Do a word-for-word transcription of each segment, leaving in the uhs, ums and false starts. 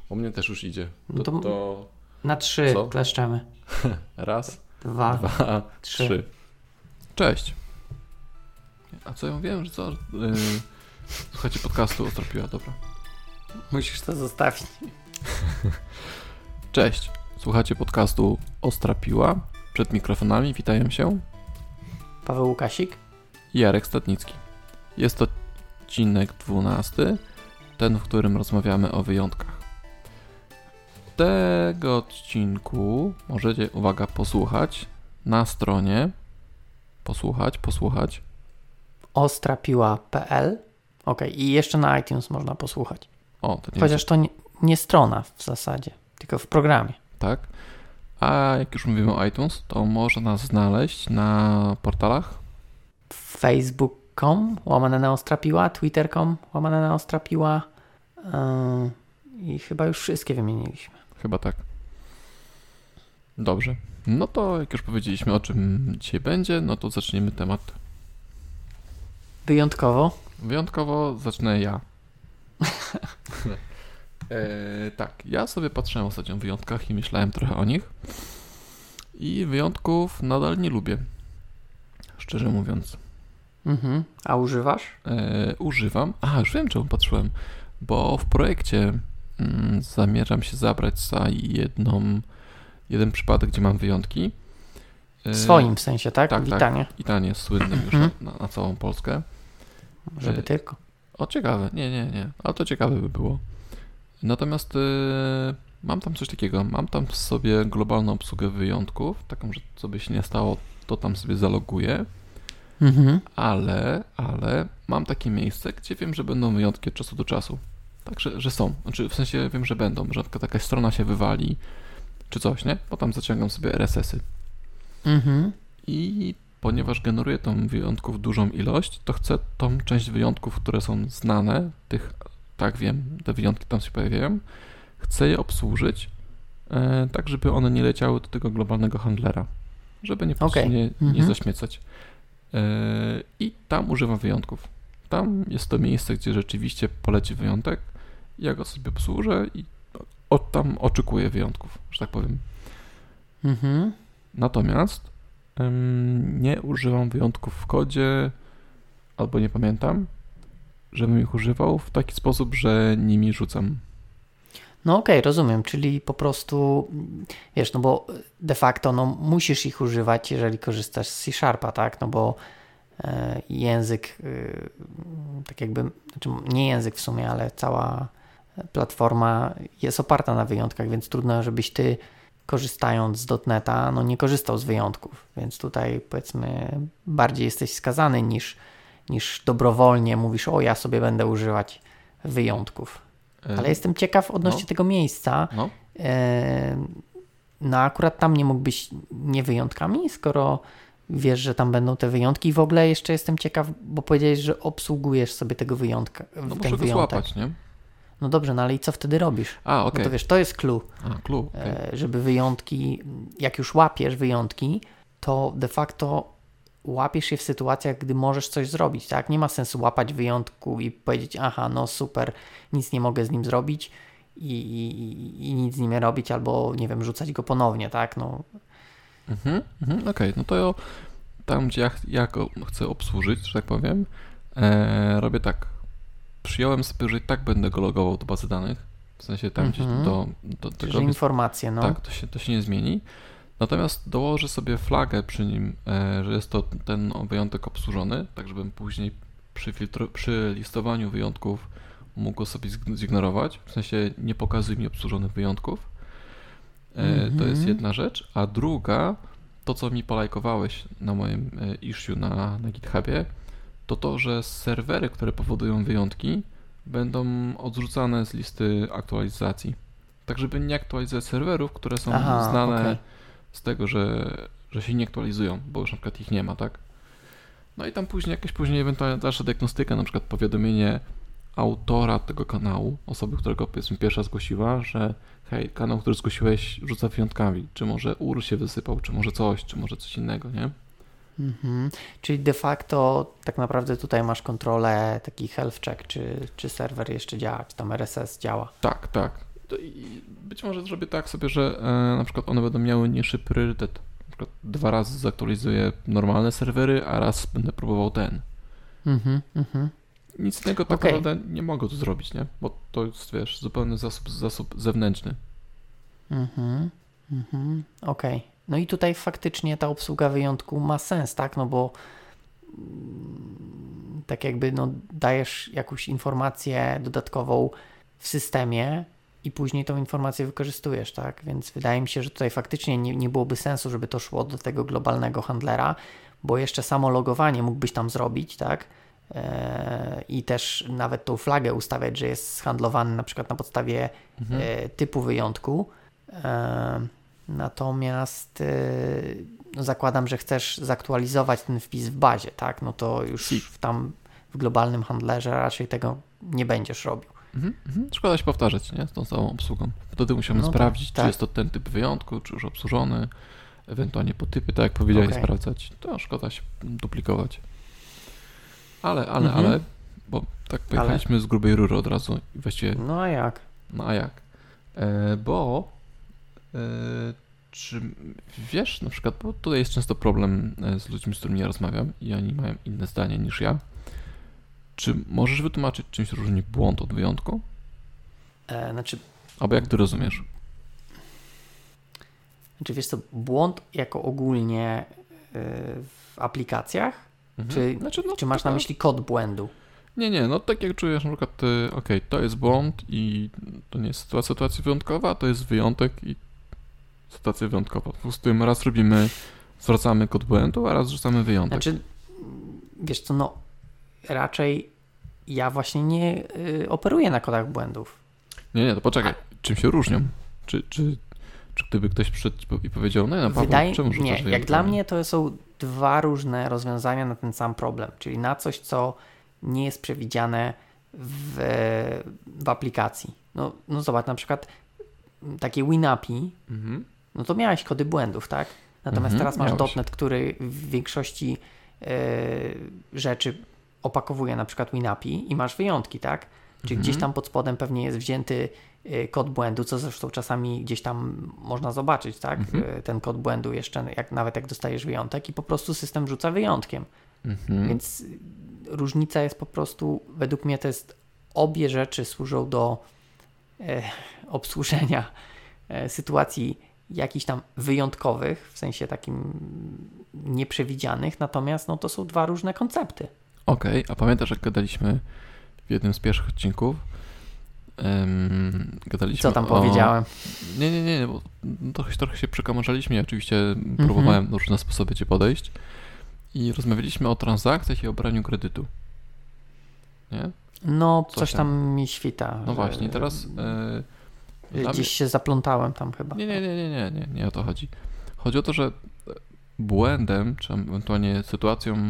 U mnie też już idzie. To, No to to... Na trzy Co? kleszczemy. Raz, Dwa, dwa, trzy. trzy. Cześć. A co ja wiem, że co? Yy, słuchajcie podcastu Ostropiła, dobra. Musisz to zostawić. Cześć. Słuchacie podcastu Ostra Piła. Przed mikrofonami witają się Paweł Łukasik i Jarek Stadnicki. Jest to odcinek dwunasty, ten, w którym rozmawiamy o wyjątkach. Tego odcinku możecie, uwaga, posłuchać na stronie posłuchać, posłuchać ostrapiła kropka p l. Ok, i jeszcze na iTunes można posłuchać. O, to nie Chociaż jest... to nie, nie strona w zasadzie, tylko w programie. Tak. A jak już mówimy o iTunes, to można nas znaleźć na portalach facebook kropka com łamane na ostrapiła, twitter kropka com łamane na ostrapiła yy, i chyba już wszystkie wymieniliśmy. Chyba tak. Dobrze. No to jak już powiedzieliśmy, o czym dzisiaj będzie, no to zaczniemy temat. Wyjątkowo? Wyjątkowo zacznę ja. e, tak, ja sobie patrzyłem ostatnio o wyjątkach i myślałem trochę o nich. I wyjątków nadal nie lubię. Szczerze mówiąc. Mhm. A używasz? E, używam. A, już wiem, czemu patrzyłem. Bo w projekcie mm, zamierzam się zabrać za jedną, jeden przypadek, gdzie mam wyjątki. E, Swoim w sensie, tak? tak, Witanie. tak. Witanie słynnym już Mhm. na, na całą Polskę. Żeby E, tylko. O, ciekawe. Nie, nie, nie. Ale to ciekawe by było. Natomiast e, mam tam coś takiego. Mam tam sobie globalną obsługę wyjątków. Taką, że co by się nie stało, to tam sobie zaloguję. Mhm. Ale, ale mam takie miejsce, gdzie wiem, że będą wyjątki od czasu do czasu. Także, że są. Znaczy, w sensie wiem, że będą, że na przykład jakaś strona się wywali, czy coś, nie? Potem zaciągam sobie R S S-y. Mhm. I ponieważ generuję tą wyjątków dużą ilość, to chcę tą część wyjątków, które są znane, tych, tak wiem, te wyjątki tam się pojawiają, chcę je obsłużyć, e, tak żeby one nie leciały do tego globalnego handlera. Żeby nie, po prostu Okej. nie, nie Mhm. zaśmiecać. I tam używam wyjątków. Tam jest to miejsce, gdzie rzeczywiście poleci wyjątek. Ja go sobie obsłużę i od tam oczekuję wyjątków, że tak powiem. Mhm. Natomiast ym, nie używam wyjątków w kodzie, albo nie pamiętam, żebym ich używał w taki sposób, że nimi rzucam. No okej, okay, rozumiem, czyli po prostu, wiesz, no bo de facto no, musisz ich używać, jeżeli korzystasz z C Sharpa, tak, no bo e, język, e, tak jakby, znaczy nie język w sumie, ale cała platforma jest oparta na wyjątkach, więc trudno, żebyś ty korzystając z dot neta, no nie korzystał z wyjątków, więc tutaj powiedzmy bardziej jesteś skazany niż, niż dobrowolnie mówisz, o ja sobie będę używać wyjątków. Ale jestem ciekaw odnośnie no. tego miejsca. No. E, no akurat tam nie mógłbyś nie wyjątkami, skoro wiesz, że tam będą te wyjątki. I w ogóle jeszcze jestem ciekaw, bo powiedziałeś, że obsługujesz sobie tego wyjątka. No ten muszę go wyjątek. złapać, nie? No dobrze, no ale i co wtedy robisz? A, okej. No to wiesz, to jest clue. A, clue, okay. e, żeby wyjątki, jak już łapiesz wyjątki, to de facto łapiesz je w sytuacjach, gdy możesz coś zrobić, tak? Nie ma sensu łapać wyjątku i powiedzieć, aha, no super, nic nie mogę z nim zrobić i, i, i nic z nim nie robić, albo, nie wiem, rzucać go ponownie, tak? No. Mhm, mhm, okej, okay. No to ja, tam, gdzie ja, ja go chcę obsłużyć, że tak powiem, e, robię tak. Przyjąłem sobie, że i tak będę go logował do bazy danych, w sensie tam Mhm. gdzieś do, do tego... Czyli informacje, no. Tak, to się, to się nie zmieni. Natomiast dołożę sobie flagę przy nim, e, że jest to ten wyjątek obsłużony, tak żebym później przy, filtru, przy listowaniu wyjątków mógł go sobie zignorować. W sensie nie pokazuj mi obsłużonych wyjątków. E, Mhm. To jest jedna rzecz. A druga, to co mi polajkowałeś na moim e, issue na, na GitHubie, to to, że serwery, które powodują wyjątki, będą odrzucane z listy aktualizacji. Tak żeby nie aktualizować serwerów, które są Aha, znane okay. z tego, że, że się nie aktualizują, bo już na przykład ich nie ma, tak? No i tam później jakieś później ewentualnie dalsza diagnostyka, na przykład powiadomienie autora tego kanału, osoby, którego powiedzmy pierwsza zgłosiła, że hej, kanał, który zgłosiłeś rzuca wyjątkami, czy może U R się wysypał, czy może coś, czy może coś innego, nie? Mhm. Czyli de facto tak naprawdę tutaj masz kontrolę, taki health check, czy, czy serwer jeszcze działa, czy tam R S S działa. Tak, tak. To i być może zrobię tak sobie, że e, na przykład one będą miały niższy priorytet. Na przykład dwa razy zaktualizuję normalne serwery, a raz będę próbował ten. Mhm, mhm. Nic innego tak Okej. naprawdę nie mogę tu zrobić, nie? Bo to jest, wiesz, zupełny zasób, zasób zewnętrzny. Mhm, mhm. Okej. No i tutaj faktycznie ta obsługa wyjątku ma sens, tak? No bo mm, tak jakby no, dajesz jakąś informację dodatkową w systemie i później tą informację wykorzystujesz, tak? Więc wydaje mi się, że tutaj faktycznie nie, nie byłoby sensu, żeby to szło do tego globalnego handlera, bo jeszcze samo logowanie mógłbyś tam zrobić, tak? Eee, I też nawet tą flagę ustawiać, że jest handlowany na przykład na podstawie Mhm. e, typu wyjątku. Eee, natomiast e, no zakładam, że chcesz zaktualizować ten wpis w bazie, tak? No to już Si. w tam w globalnym handlerze raczej tego nie będziesz robił. Mhm, mhm. Szkoda się powtarzać, nie? Z tą całą obsługą. Wtedy musiałem No tak, sprawdzić, tak. czy jest to ten typ wyjątku, czy już obsłużony, ewentualnie po typy, tak jak powiedziałeś, Okej. sprawdzać. To szkoda się duplikować. Ale, ale, Mhm. ale, bo tak pojechaliśmy z grubej rury od razu i właściwie, No a jak? no a jak? E, bo e, czy wiesz, na przykład, bo tutaj jest często problem e, z ludźmi, z którymi ja rozmawiam i oni mają inne zdanie niż ja. Czy możesz wytłumaczyć, czym się różni błąd od wyjątku? E, znaczy, Albo jak ty rozumiesz? znaczy, wiesz co, błąd jako ogólnie y, w aplikacjach? Mhm. Czy, Znaczy, no, czy masz na taka- myśli kod błędu? Nie, nie, no tak jak czujesz na przykład, y, okej, to jest błąd i to nie jest sytuacja, sytuacja wyjątkowa, to jest wyjątek i sytuacja wyjątkowa. Po prostu tym raz robimy, zwracamy kod błędu, a raz rzucamy wyjątek. Znaczy, wiesz co, no raczej ja właśnie nie y, operuję na kodach błędów. Nie, nie, to poczekaj, czym się różnią? Czy, czy, czy gdyby ktoś przyszedł i powiedział, no, no Paweł, Wydaje czemu rzucasz nie, jak wyjątkowo? dla mnie to są dwa różne rozwiązania na ten sam problem, czyli na coś, co nie jest przewidziane w, w aplikacji. No, no zobacz, na przykład takie WinAPI, Mhm. no to miałeś kody błędów, tak? Natomiast Mhm, teraz masz miałeś. dot net, który w większości e, rzeczy opakowuje na przykład WinAPI i masz wyjątki, tak? Czyli Mhm. gdzieś tam pod spodem pewnie jest wzięty e, kod błędu, co zresztą czasami gdzieś tam można zobaczyć, tak? Mhm. E, ten kod błędu jeszcze, jak, nawet jak dostajesz wyjątek i po prostu system rzuca wyjątkiem. Mhm. Więc różnica jest po prostu, według mnie to jest, obie rzeczy służą do e, obsłużenia e, sytuacji jakichś tam wyjątkowych, w sensie takim nieprzewidzianych, natomiast no, to są dwa różne koncepty. Okej, a pamiętasz, jak gadaliśmy w jednym z pierwszych odcinków? Um, gadaliśmy Co tam o... powiedziałem? Nie, nie, nie, bo trochę, trochę się przekamorzaliśmy. Ja oczywiście próbowałem na różne sposoby cię podejść i rozmawialiśmy o transakcjach i o braniu kredytu. Nie? No, Coś coś tam. tam mi świta. No że- właśnie, teraz... E, dla Gdzieś się zaplątałem tam chyba. Nie, nie, nie, nie, nie, nie, nie o to chodzi. Chodzi o to, że błędem, czy ewentualnie sytuacją,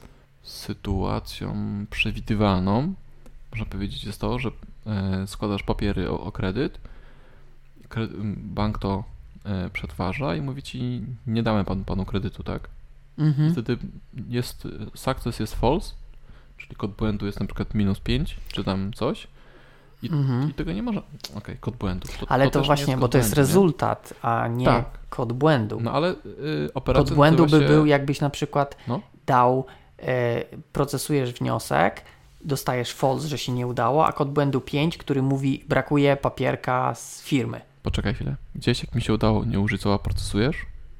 sytuacją przewidywalną, można powiedzieć, jest to, że e, składasz papiery o, o kredyt, kre, bank to e, przetwarza i mówi ci, nie damy pan, panu kredytu, tak? Mhm. Wtedy jest, success jest false, czyli kod błędu jest na przykład minus pięć, czy tam coś. I, Mhm. i tego nie można. Okej, kod błędu. To, Ale to, też nie właśnie, bo kod to jest błędu, nie? rezultat, a nie Tak. kod błędu. No ale y, operacja Kod błędu by nazywa się... był, jakbyś na przykład No. dał, e, procesujesz wniosek, dostajesz false, że się nie udało, a kod błędu pięć, który mówi, brakuje papierka z firmy. Poczekaj chwilę. Gdzieś jak mi się udało nie użyć słowa procesujesz?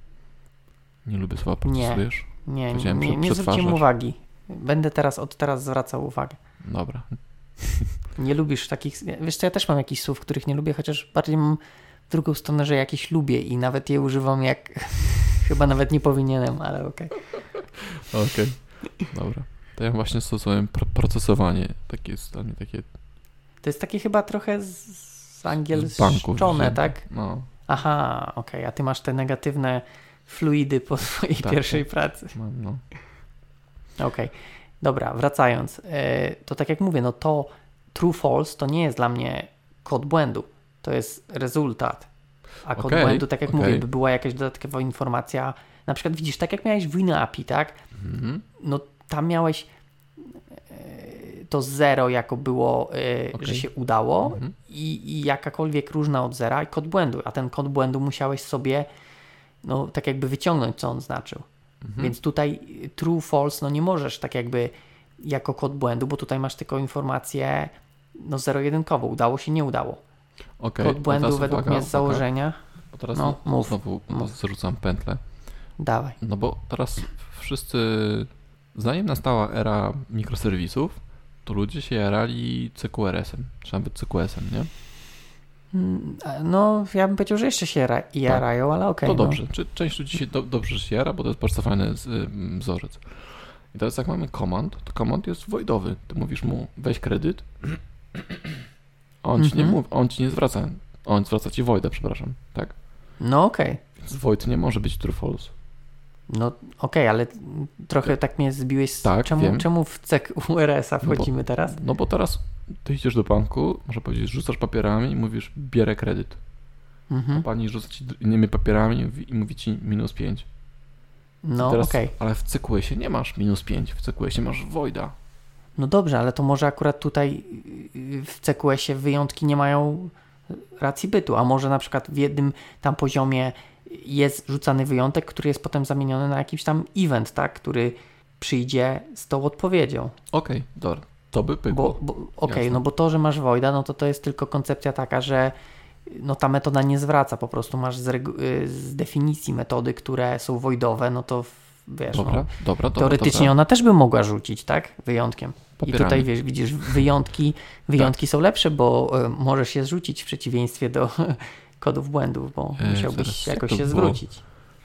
Nie lubię słowa procesujesz. Nie, nie, Powiedziałem, nie, że nie zwróćcie przetwarzasz. uwagi. Będę teraz od teraz zwracał uwagę. Dobra. Nie lubisz takich... Wiesz co, ja też mam jakichś słów, których nie lubię, chociaż bardziej mam w drugą stronę, że jakieś lubię i nawet je używam jak... Chyba nawet nie powinienem, ale okej. Okej. Dobra. To ja właśnie stosowałem pro- procesowanie. Takie jest dla mnie takie To jest takie chyba trochę z, z z banków. angielszczone, wzięte. tak? No. Aha, okej, a ty masz te negatywne fluidy po swojej Tak, pierwszej tak. pracy. Mam, no. Okej, dobra, wracając. E, to tak jak mówię, no to true false to nie jest dla mnie kod błędu. To jest rezultat. A kod Okej, błędu, tak jak okej. mówię, by była jakaś dodatkowa informacja. Na przykład widzisz, tak jak miałeś w WinAPI, tak? Mhm. No tam miałeś e, to zero jako było, e, Okej. że się udało Mhm. i, i jakakolwiek różna od zera i kod błędu, a ten kod błędu musiałeś sobie no tak jakby wyciągnąć, co on znaczył. Mhm. Więc tutaj true, false, no nie możesz tak jakby jako kod błędu, bo tutaj masz tylko informację no zero-jedynkową. Udało się, nie udało. Okay, kod błędu według uwaga, mnie z założenia. Bo teraz no, mów, znowu mów. zrzucam pętlę. Dawaj. No bo teraz wszyscy, zanim nastała era mikroserwisów, to ludzie się jarali C Q R S-em, czy nawet C Q S-em, nie? No, ja bym powiedział, że jeszcze się jara, jarają, tak. ale okej. Okay, to no. dobrze. Czy część ludzi się do, dobrze się jara, bo to jest bardzo fajny wzorzec. I teraz jak mamy command, to command jest voidowy. Ty mówisz mu, weź kredyt, a on ci mm-hmm. nie mówi, on ci nie zwraca, on zwraca ci voida, przepraszam, tak? No okej. Okay. Więc void nie może być true false. No okej, okay, ale trochę tak mnie zbiłeś z... Tak, czemu, wiem. czemu w C Q R S-a wchodzimy no bo, teraz? No bo teraz ty idziesz do banku, można powiedzieć, rzucasz papierami i mówisz, bierę kredyt. Mm-hmm. A pani rzuca ci innymi papierami i mówi ci minus pięć. No okej. Okay. Ale w C Q S-ie nie masz minus pięć, w C Q S-ie masz voida. No dobrze, ale to może akurat tutaj w C Q S-ie wyjątki nie mają racji bytu, a może na przykład w jednym tam poziomie jest rzucany wyjątek, który jest potem zamieniony na jakiś tam event, tak, który przyjdzie z tą odpowiedzią. Okej, okay, dobra, to by pykło. Bo, bo, Okej, okay, no bo to, że masz voida, no to to jest tylko koncepcja taka, że no ta metoda nie zwraca, po prostu masz z, regu- z definicji metody, które są voidowe, no to wiesz, dobra, no, dobra, dobra, teoretycznie dobra. ona też by mogła rzucić, tak, wyjątkiem. Papierami. I tutaj wiesz, widzisz, wyjątki, wyjątki tak. są lepsze, bo y, możesz się zrzucić w przeciwieństwie do kodów błędów, bo e, musiałbyś zaraz, jakoś jak się było? zwrócić.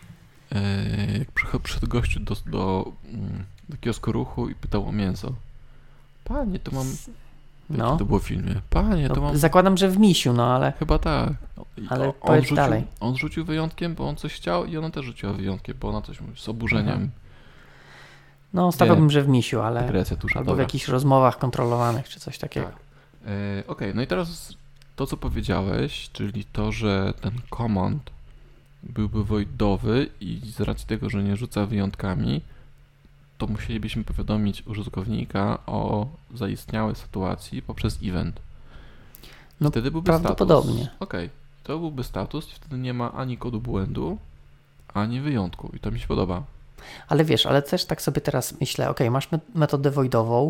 E, jak przyszedł, przyszedł gościu do, do, do kiosku ruchu i pytał o mięso. Panie, to mam... No. To było w filmie. Panie, to no, mam... Zakładam, że w misiu, no ale... Chyba tak. I ale on, powiedz rzucił, dalej. On rzucił wyjątkiem, bo on coś chciał i ona też rzuciła wyjątkiem, bo ona coś mówi z oburzeniem. Mhm. No, stawiałbym, że w misiu, ale... Agresja duża, albo dobra. w jakichś rozmowach kontrolowanych, czy coś takiego. Tak. E, Okej, okay, no i teraz to, co powiedziałeś, czyli to, że ten command byłby voidowy i z racji tego, że nie rzuca wyjątkami, to musielibyśmy powiadomić użytkownika o zaistniałej sytuacji poprzez event. No, wtedy byłby prawdopodobnie. status. Okej, okay. To byłby status i wtedy nie ma ani kodu błędu, ani wyjątku i to mi się podoba. Ale wiesz, ale też tak sobie teraz myślę, ok, masz metodę voidową,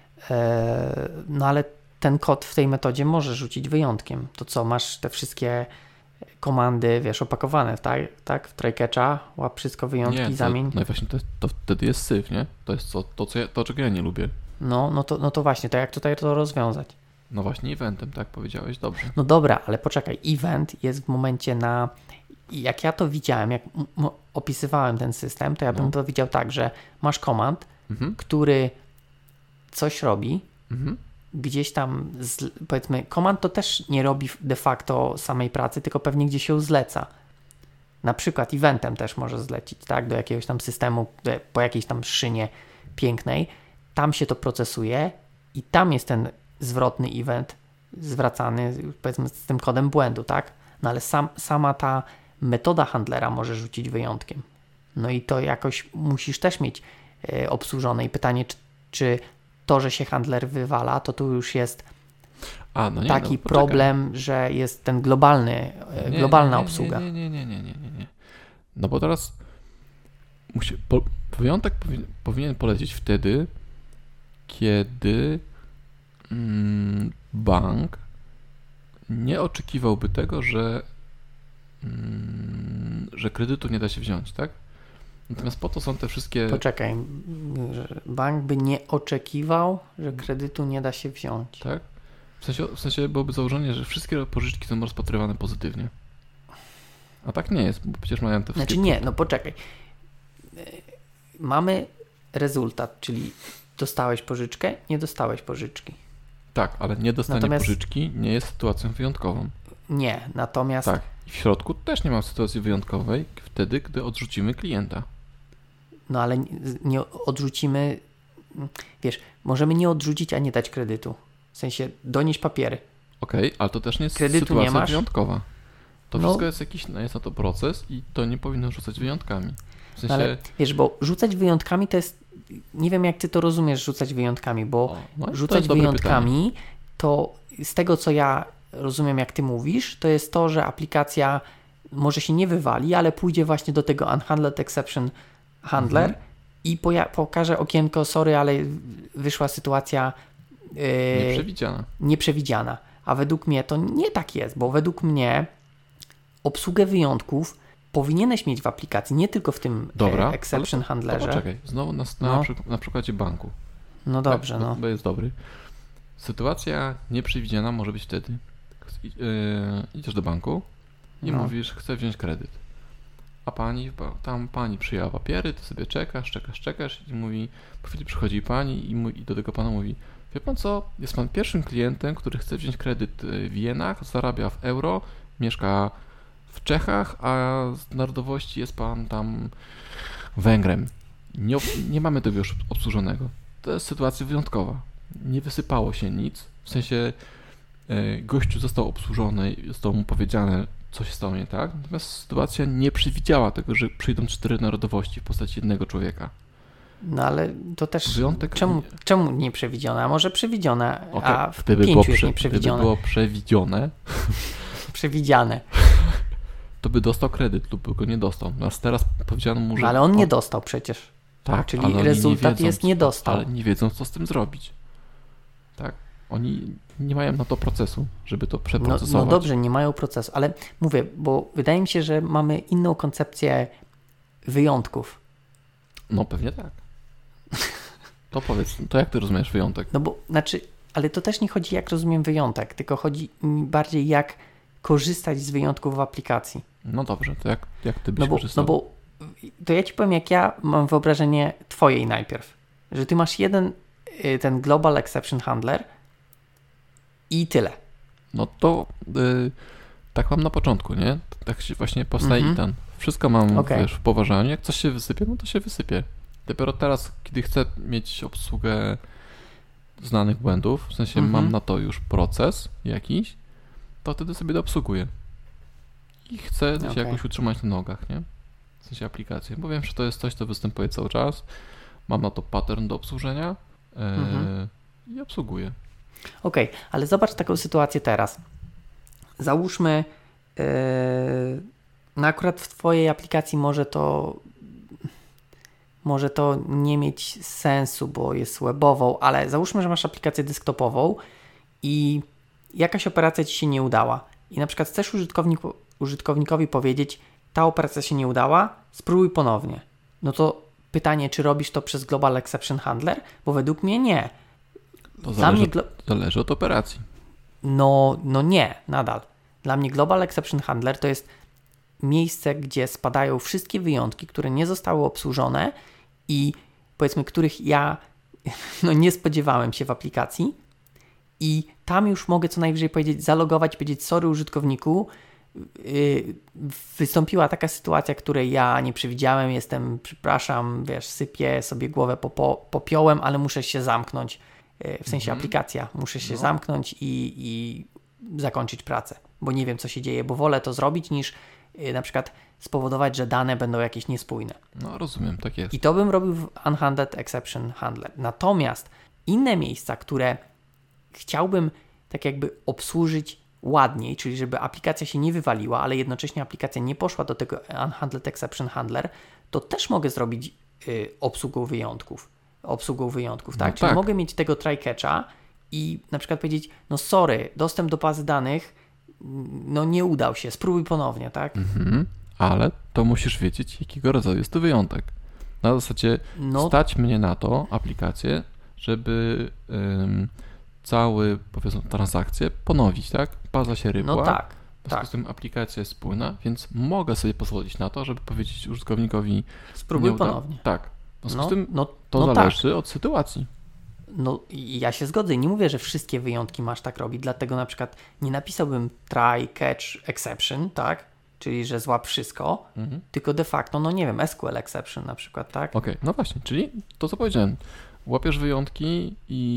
e, no ale ten kod w tej metodzie może rzucić wyjątkiem. To co, masz te wszystkie komandy, wiesz, opakowane, tak? tak? W try-catcha, łap wszystko wyjątki, nie, to, zamień. No i właśnie to, to wtedy jest syf, nie? To jest to, to, co ja, to, czego ja nie lubię. No, no, to, no to właśnie, to jak tutaj to rozwiązać? No właśnie eventem, tak powiedziałeś, dobrze. No dobra, ale poczekaj, event jest w momencie na... Jak ja to widziałem, jak m- opisywałem ten system, to ja bym no. to widział tak, że masz command, mhm. który coś robi, mhm. gdzieś tam, z, powiedzmy, command to też nie robi de facto samej pracy, tylko pewnie gdzieś się zleca. Na przykład eventem też może zlecić, tak, do jakiegoś tam systemu, po jakiejś tam szynie pięknej, tam się to procesuje i tam jest ten zwrotny event zwracany, powiedzmy, z tym kodem błędu, tak? No ale sam, sama ta metoda handlera może rzucić wyjątkiem. No i to jakoś musisz też mieć y, obsłużone i pytanie, czy, czy to, że się handler wywala, to tu już jest A, no nie, taki no, problem, że jest ten globalny, y, nie, globalna nie, nie, obsługa. Nie, nie, nie, nie, nie, nie, nie. No bo teraz musi, po, wyjątek powinien, powinien polecieć wtedy, kiedy mm, bank nie oczekiwałby tego, że mm, że kredytu nie da się wziąć, tak? Natomiast po to są te wszystkie... Poczekaj, bank by nie oczekiwał, że kredytu nie da się wziąć. Tak? W sensie, w sensie byłoby założenie, że wszystkie pożyczki są rozpatrywane pozytywnie. A tak nie jest, bo przecież mają te wszystkie... Znaczy nie, no poczekaj. Mamy rezultat, czyli dostałeś pożyczkę, nie dostałeś pożyczki. Tak, ale nie dostanie natomiast... pożyczki nie jest sytuacją wyjątkową. Nie, natomiast... Tak, i w środku też nie ma sytuacji wyjątkowej wtedy, gdy odrzucimy klienta. No ale nie odrzucimy... Wiesz, możemy nie odrzucić, a nie dać kredytu. W sensie donieść papiery. Okej, okay, ale to też nie jest kredytu sytuacja nie masz. wyjątkowa. To no, wszystko jest jakiś, no jest na to proces i to nie powinno rzucać wyjątkami. W sensie... Ale wiesz, bo rzucać wyjątkami to jest... Nie wiem, jak ty to rozumiesz, rzucać wyjątkami, bo o, no rzucać wyjątkami pytanie. To z tego, co ja rozumiem jak ty mówisz, to jest to, że aplikacja może się nie wywali, ale pójdzie właśnie do tego Unhandled Exception Handler mhm. i poja- pokaże okienko, sorry, ale wyszła sytuacja yy, nieprzewidziana. nieprzewidziana. A według mnie to nie tak jest, bo według mnie obsługę wyjątków powinieneś mieć w aplikacji, nie tylko w tym Dobra, exception to, handlerze. To poczekaj, znowu na, na, no. przyk- na przykładzie banku. No dobrze, tak, no. Bo jest dobry. Sytuacja nieprzewidziana może być wtedy. Yy, idziesz do banku i no. mówisz, chcę wziąć kredyt. A pani, tam pani przyjęła papiery, ty sobie czekasz, czekasz, czekasz i mówi, po chwili przychodzi pani i, mówi, i do tego pana mówi, wie pan co, jest pan pierwszym klientem, który chce wziąć kredyt w jenach, zarabia w euro, mieszka w Czechach, a z narodowości jest pan tam Węgrem. Nie, nie mamy tego już obsłużonego. To jest sytuacja wyjątkowa. Nie wysypało się nic, w sensie e, gościu został obsłużony, zostało mu powiedziane, co się stało nie tak, natomiast sytuacja nie przewidziała tego, że przyjdą cztery narodowości w postaci jednego człowieka. No ale to też Wyjątek... czemu, czemu nie przewidziane? A może przewidziane, okay. a w gdyby pięciu było jest prze... nieprzewidziane. Gdyby było przewidziane, przewidziane, to by dostał kredyt lub by go nie dostał. Natomiast teraz powiedziano mu, że... No, ale on nie dostał przecież. Tak, czyli ale rezultat nie wiedzą, jest nie dostał. Ale nie wiedzą, co z tym zrobić. Tak? Oni nie mają na to procesu, żeby to przeprocesować. No, no dobrze, nie mają procesu, ale mówię, bo wydaje mi się, że mamy inną koncepcję wyjątków. No pewnie tak. To powiedz, to jak ty rozumiesz wyjątek? No bo, znaczy, ale to też nie chodzi jak rozumiem wyjątek, tylko chodzi mi bardziej jak korzystać z wyjątków w aplikacji. No dobrze, to jak, jak ty byś no bo, korzystał? No bo to ja ci powiem, jak ja mam wyobrażenie twojej najpierw, że ty masz jeden, ten Global Exception Handler i tyle. No to yy, tak mam na początku, nie? Tak się właśnie powstaje mm-hmm. i ten. Wszystko mam okay. wiesz, w poważaniu. Jak coś się wysypie, no to się wysypie. Dopiero teraz, kiedy chcę mieć obsługę znanych błędów, w sensie mm-hmm. mam na to już proces jakiś, to wtedy sobie doobsługuję. I chcę okay. się jakoś utrzymać na nogach, nie? W sensie aplikację. Bo wiem, że to jest coś, co występuje cały czas. Mam na to pattern do obsłużenia yy, mm-hmm. i obsługuję. Okej, okay, ale zobacz taką sytuację teraz. Załóżmy, yy, no akurat w twojej aplikacji może to może to nie mieć sensu, bo jest webową, ale załóżmy, że masz aplikację desktopową i jakaś operacja ci się nie udała i na przykład chcesz użytkowniku, użytkownikowi powiedzieć, ta operacja się nie udała, spróbuj ponownie. No to pytanie, czy robisz to przez Global Exception Handler? Bo według mnie nie. To zależy, glo- zależy od operacji. No, no nie, nadal. Dla mnie Global Exception Handler to jest miejsce, gdzie spadają wszystkie wyjątki, które nie zostały obsłużone i powiedzmy, których ja no, nie spodziewałem się w aplikacji i tam już mogę co najwyżej powiedzieć, zalogować i powiedzieć, sorry użytkowniku, yy, wystąpiła taka sytuacja, której ja nie przewidziałem, jestem, przepraszam, wiesz, sypię sobie głowę popo- popiołem, ale muszę się zamknąć. W sensie mhm. aplikacja. Muszę się no. zamknąć i, i zakończyć pracę, bo nie wiem, co się dzieje, bo wolę to zrobić, niż y, na przykład spowodować, że dane będą jakieś niespójne. No rozumiem, tak jest. I to bym robił w Unhandled Exception Handler. Natomiast inne miejsca, które chciałbym tak jakby obsłużyć ładniej, czyli żeby aplikacja się nie wywaliła, ale jednocześnie aplikacja nie poszła do tego Unhandled Exception Handler, to też mogę zrobić y, obsługą wyjątków. obsługą wyjątków, tak? No Czyli tak. mogę mieć tego try-catcha i na przykład powiedzieć, no sorry, dostęp do bazy danych no nie udał się, spróbuj ponownie, tak? Mhm. Ale to musisz wiedzieć, jakiego rodzaju jest to wyjątek. Na zasadzie no. stać mnie na to, aplikację, żeby ym, cały, powiedzmy, transakcję ponowić, tak? Baza się rybła. No tak. W związku z tym aplikacja jest spójna, więc mogę sobie pozwolić na to, żeby powiedzieć użytkownikowi spróbuj ponownie. Tak. W związku no, z tym no, to no zależy tak. od sytuacji. No i ja się zgodzę. Nie mówię, że wszystkie wyjątki masz tak robić, dlatego na przykład nie napisałbym try, catch, exception, tak? Czyli, że złap wszystko, mhm. tylko de facto, no nie wiem, S Q L exception na przykład, tak? Okej, okay, no właśnie, czyli to, co powiedziałem. Łapiesz wyjątki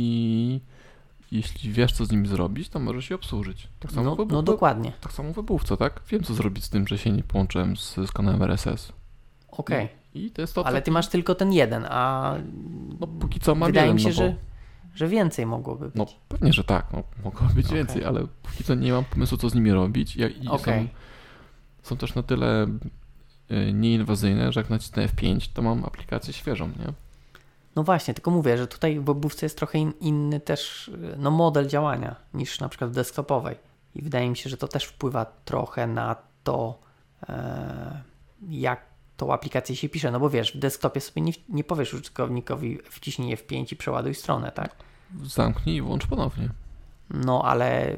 i jeśli wiesz, co z nimi zrobić, to możesz je obsłużyć. Tak samo no, w no dokładnie. Tak samo w webówce, tak? Wiem, co zrobić z tym, że się nie połączyłem z, z kanałem R S S. Okej. I, I to jest to, ale ty masz tylko ten jeden, a no póki co mam wydaje jeden, mi się, no bo... że, że więcej mogłoby być. No pewnie, że tak, no, mogłoby być okay. więcej, ale póki co nie mam pomysłu, co z nimi robić i, i okay. są, są też na tyle y, nieinwazyjne, że jak nacisnę F pięć, to mam aplikację świeżą, nie? No właśnie, tylko mówię, że tutaj w webówce jest trochę in, inny też no, model działania niż na przykład w desktopowej i wydaje mi się, że to też wpływa trochę na to, e, jak tą aplikację się pisze, no bo wiesz, w desktopie sobie nie, nie powiesz użytkownikowi wciśnij F pięć i przeładuj stronę, tak? Zamknij i włącz ponownie. No, ale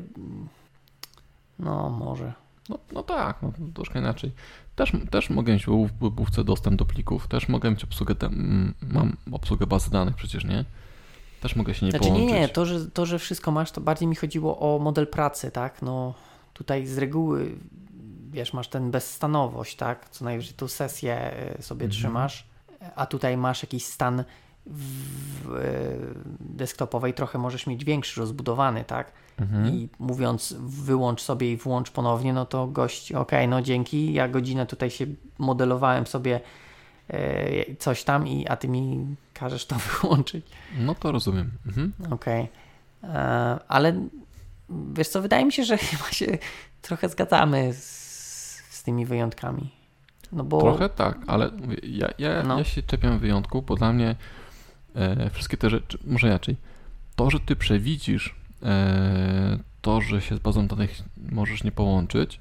no może. No, no tak, no, troszkę inaczej. Też, też mogę mieć w webówce dostęp do plików, też mogę mieć obsługę, tam, mam obsługę bazy danych przecież, nie? Też mogę się nie znaczy, połączyć. Nie, nie, to że, to, że wszystko masz, to bardziej mi chodziło o model pracy, tak? No tutaj z reguły, wiesz, masz ten bezstanowość, tak? Co najwyżej tu sesję sobie mhm. trzymasz, a tutaj masz jakiś stan w desktopowej trochę możesz mieć większy, rozbudowany, tak? Mhm. I mówiąc wyłącz sobie i włącz ponownie, no to gość, okej, okay, no dzięki, ja godzinę tutaj się modelowałem sobie e, coś tam, i a ty mi każesz to wyłączyć. No to rozumiem. Mhm. Okej. Okay. Ale wiesz co, wydaje mi się, że chyba się trochę zgadzamy z, z tymi wyjątkami. No bo... Trochę tak, ale ja, ja, no. ja się czepiam wyjątków, bo dla mnie e, wszystkie te rzeczy, może inaczej, to, że ty przewidzisz e, to, że się z bazą danych możesz nie połączyć,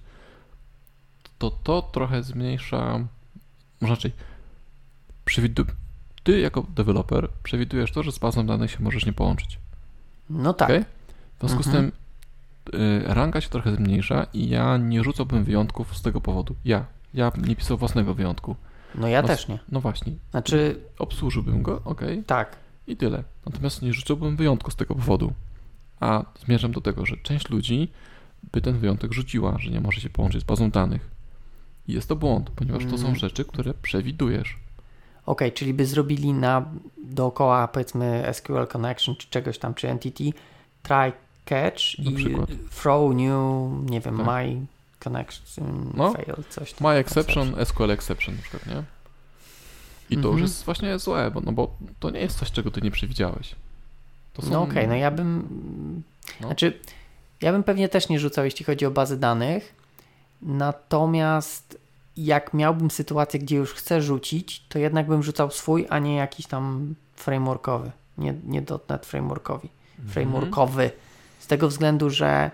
to to trochę zmniejsza, może inaczej, przewidu, ty jako deweloper przewidujesz to, że z bazą danych się możesz nie połączyć. No tak. Okay? W związku mhm. z tym y, ranga się trochę zmniejsza i ja nie rzucałbym wyjątków z tego powodu. Ja. Ja nie pisał własnego wyjątku. No ja no, też nie. No właśnie. Znaczy... Obsłużyłbym go, okej. Okay. Tak. I tyle. Natomiast nie rzucałbym wyjątku z tego powodu. A zmierzam do tego, że część ludzi by ten wyjątek rzuciła, że nie może się połączyć z bazą danych. I jest to błąd, ponieważ to są rzeczy, które przewidujesz. Okej, okay, czyli by zrobili na dookoła, powiedzmy, S Q L Connection, czy czegoś tam, czy Entity, try, catch na i przykład. Throw new, nie wiem, tak. my connection, no, fail, coś tam. My exception, exception, S Q L exception na przykład, nie? I to mm-hmm. już jest właśnie złe, bo, no bo to nie jest coś, czego ty nie przewidziałeś. To są... No okej, okay, no ja bym, no. znaczy, ja bym pewnie też nie rzucał, jeśli chodzi o bazy danych, natomiast jak miałbym sytuację, gdzie już chcę rzucić, to jednak bym rzucał swój, a nie jakiś tam frameworkowy, nie, nie .NET frameworkowy, mm-hmm. frameworkowy, z tego względu, że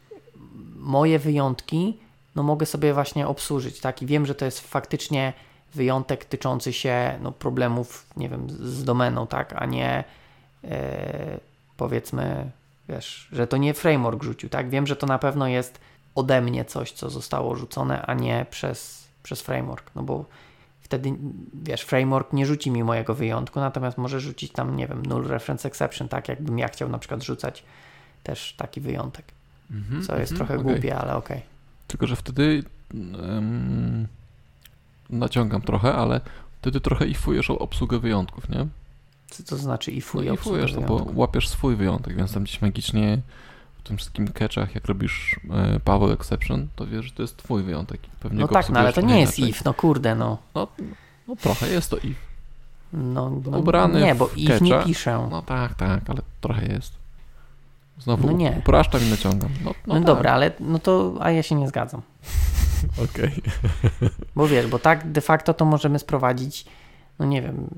moje wyjątki, no mogę sobie właśnie obsłużyć, tak? I wiem, że to jest faktycznie wyjątek tyczący się no, problemów, nie wiem, z domeną, tak? A nie e, powiedzmy, wiesz, że to nie framework rzucił, tak? Wiem, że to na pewno jest ode mnie coś, co zostało rzucone, a nie przez, przez framework, no bo wtedy, wiesz, framework nie rzuci mi mojego wyjątku, natomiast może rzucić tam, nie wiem, null reference exception, tak? Jakbym ja chciał na przykład rzucać też taki wyjątek. Mm-hmm, co jest mm-hmm, trochę okay. głupie, ale okej. Okay. Tylko, że wtedy um, naciągam trochę, ale wtedy trochę ifujesz obsługę wyjątków, nie? Co to znaczy ifuje no, obsługę ifujesz, no bo łapiesz swój wyjątek, więc tam gdzieś magicznie w tym wszystkim catchach, jak robisz e, Paweł exception, to wiesz, że to jest twój wyjątek. Pewnie no tak, no ale to nie jest inaczej. If, no kurde, no. No, no trochę jest to if. No, no ubrany nie, bo w if nie piszę. No tak, tak, ale trochę jest. Znowu no nie. upraszczam i naciągam. No, no, no tak. dobra, ale no to, a ja się nie zgadzam. Okej. Okay. Bo wiesz, bo tak de facto to możemy sprowadzić, no nie wiem,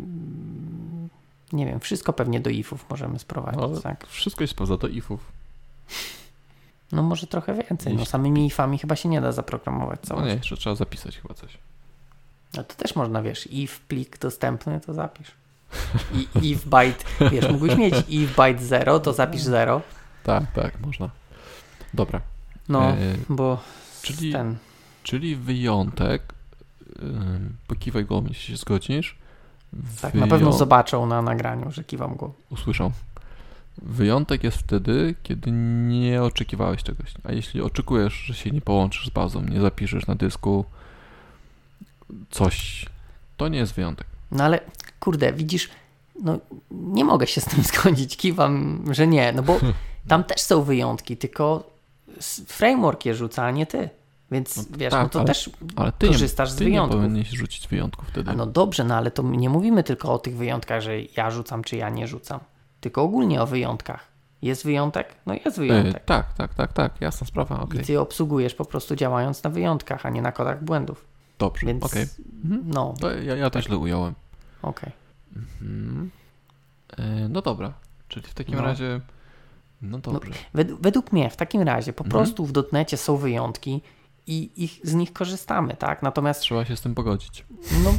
nie wiem, wszystko pewnie do ifów możemy sprowadzić, no, tak? Wszystko jest poza do ifów. No może trochę więcej, no samymi ifami chyba się nie da zaprogramować całość. No nie, jeszcze trzeba zapisać chyba coś. No to też można, wiesz, if plik dostępny, to zapisz. I if byte, wiesz, mógłbyś mieć if byte zero, to zapisz zero. Tak, tak, można. Dobra. No, e, bo czyli, ten... czyli wyjątek, yy, pokiwaj głową, jeśli się zgodzisz. Tak, Wyją... na pewno zobaczą na nagraniu, że kiwam głową. Usłyszą. Wyjątek jest wtedy, kiedy nie oczekiwałeś czegoś. A jeśli oczekujesz, że się nie połączysz z bazą, nie zapiszesz na dysku coś, to nie jest wyjątek. No ale kurde, widzisz, no nie mogę się z tym zgodzić, kiwam, że nie, no bo tam też są wyjątki, tylko framework je rzuca, a nie ty. Więc no wiesz, tak, no to ale, też ale ty korzystasz nie, z wyjątków. Ty nie powinieneś rzucić wyjątków wtedy. A no dobrze, no ale to nie mówimy tylko o tych wyjątkach, że ja rzucam, czy ja nie rzucam. tylko ogólnie o wyjątkach. Jest wyjątek? No jest wyjątek. Yy, tak, tak, tak, tak, jasna sprawa, okej. I ty obsługujesz po prostu działając na wyjątkach, a nie na kodach błędów. Dobrze, Więc, okej. Mhm. No, To ja, ja to źle ująłem. okej. Mhm. Yy, no dobra, czyli w takim No. razie, no dobrze. Według, według mnie w takim razie po Mhm. prostu w dotnecie są wyjątki i ich, z nich korzystamy, tak? Natomiast Trzeba się z tym pogodzić. no,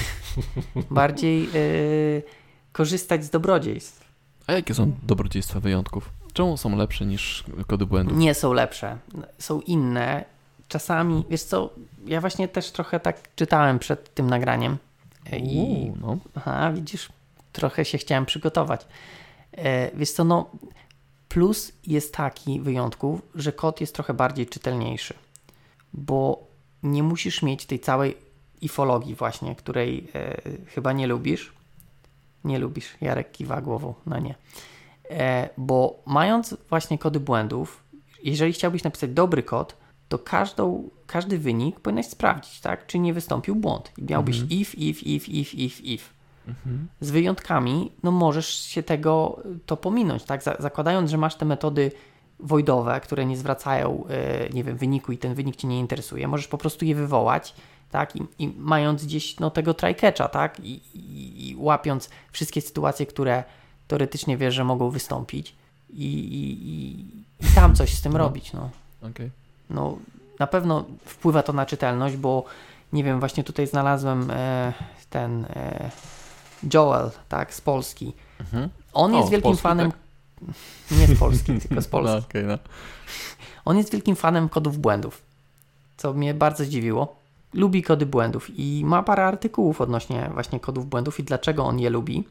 bardziej y, korzystać z dobrodziejstw. A jakie są dobrodziejstwa wyjątków? Czemu są lepsze niż kody błędów? Nie są lepsze, są inne. Czasami, wiesz co, ja właśnie też trochę tak czytałem przed tym nagraniem i Uuu, no. aha, widzisz, trochę się chciałem przygotować. E, wiesz co, no plus jest taki wyjątków, że kod jest trochę bardziej czytelniejszy, bo nie musisz mieć tej całej ifologii właśnie, której e, chyba nie lubisz. Nie lubisz, Jarek kiwa głową, no nie. E, bo mając właśnie kody błędów, jeżeli chciałbyś napisać dobry kod, to każdą, każdy wynik powinieneś sprawdzić, tak? Czy nie wystąpił błąd. I miałbyś Mhm. if, if, if, if, if, if. Mhm. Z wyjątkami, no możesz się tego, to pominąć, tak? Za- Zakładając, że masz te metody voidowe, które nie zwracają, e, nie wiem, wyniku i ten wynik Cię nie interesuje, możesz po prostu je wywołać, tak? I, i mając gdzieś, no, tego try-catcha, tak? I, i, I łapiąc wszystkie sytuacje, które teoretycznie wiesz, że mogą wystąpić i, i, i, i tam coś z tym No. robić, no. Okej. No, na pewno wpływa to na czytelność, bo nie wiem, właśnie tutaj znalazłem e, ten e, Joel, tak, z Polski. Mhm. On O, jest z wielkim Polski, fanem, tak? nie z Polski, tylko z Polski. No, okej, no. On jest wielkim fanem kodów błędów, co mnie bardzo zdziwiło. Lubi kody błędów i ma parę artykułów odnośnie właśnie kodów błędów i dlaczego on je lubi.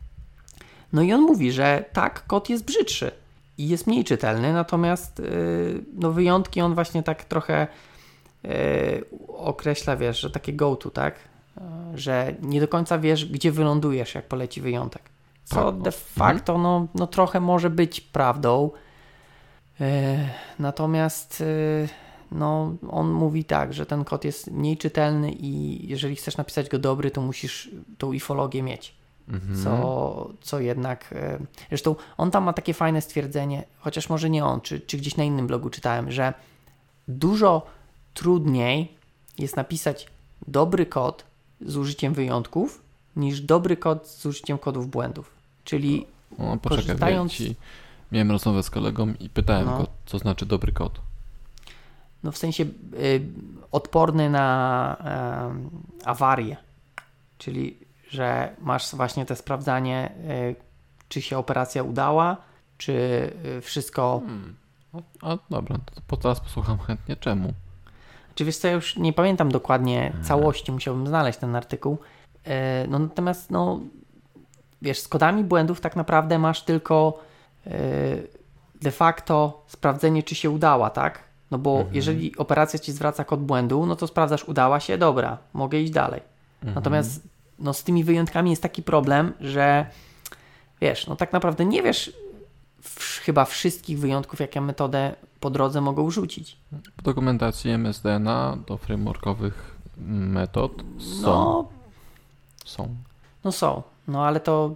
No i on mówi, że tak, kod jest brzydszy i jest mniej czytelny, natomiast yy, no wyjątki on właśnie tak trochę yy, określa, wiesz, że takie go-to, tak? Yy, że nie do końca wiesz, gdzie wylądujesz, jak poleci wyjątek. Co Tak, no. de facto no, no trochę może być prawdą. Yy, natomiast yy, no, on mówi tak, że ten kod jest mniej czytelny i jeżeli chcesz napisać go dobry, to musisz tą ifologię mieć. Mhm. Co, co jednak... e, Zresztą on tam ma takie fajne stwierdzenie, chociaż może nie on, czy, czy gdzieś na innym blogu czytałem, że dużo trudniej jest napisać dobry kod z użyciem wyjątków, niż dobry kod z użyciem kodów błędów. Czyli O, poczekaj, korzystając- ja ci miałem rozmowę z kolegą i pytałem No. go, co znaczy dobry kod. no w sensie y, odporny na y, awarie. Czyli, że masz właśnie te sprawdzanie, y, czy się operacja udała, czy y, wszystko... Hmm. A, a dobra, to po- teraz posłucham chętnie. Czemu? Czy wiesz co, ja już nie pamiętam dokładnie całości, musiałbym znaleźć ten artykuł. E, No natomiast, no, wiesz, z kodami błędów tak naprawdę masz tylko e, de facto sprawdzenie, czy się udała, tak? No bo Mhm. jeżeli operacja ci zwraca kod błędu, no to sprawdzasz, udała się, dobra, mogę iść dalej. Mhm. Natomiast no, z tymi wyjątkami jest taki problem, że wiesz, no tak naprawdę nie wiesz w, chyba wszystkich wyjątków, jakie metodę po drodze mogą rzucić. W dokumentacji M S D N A do frameworkowych metod są. No, Są. no są, no ale to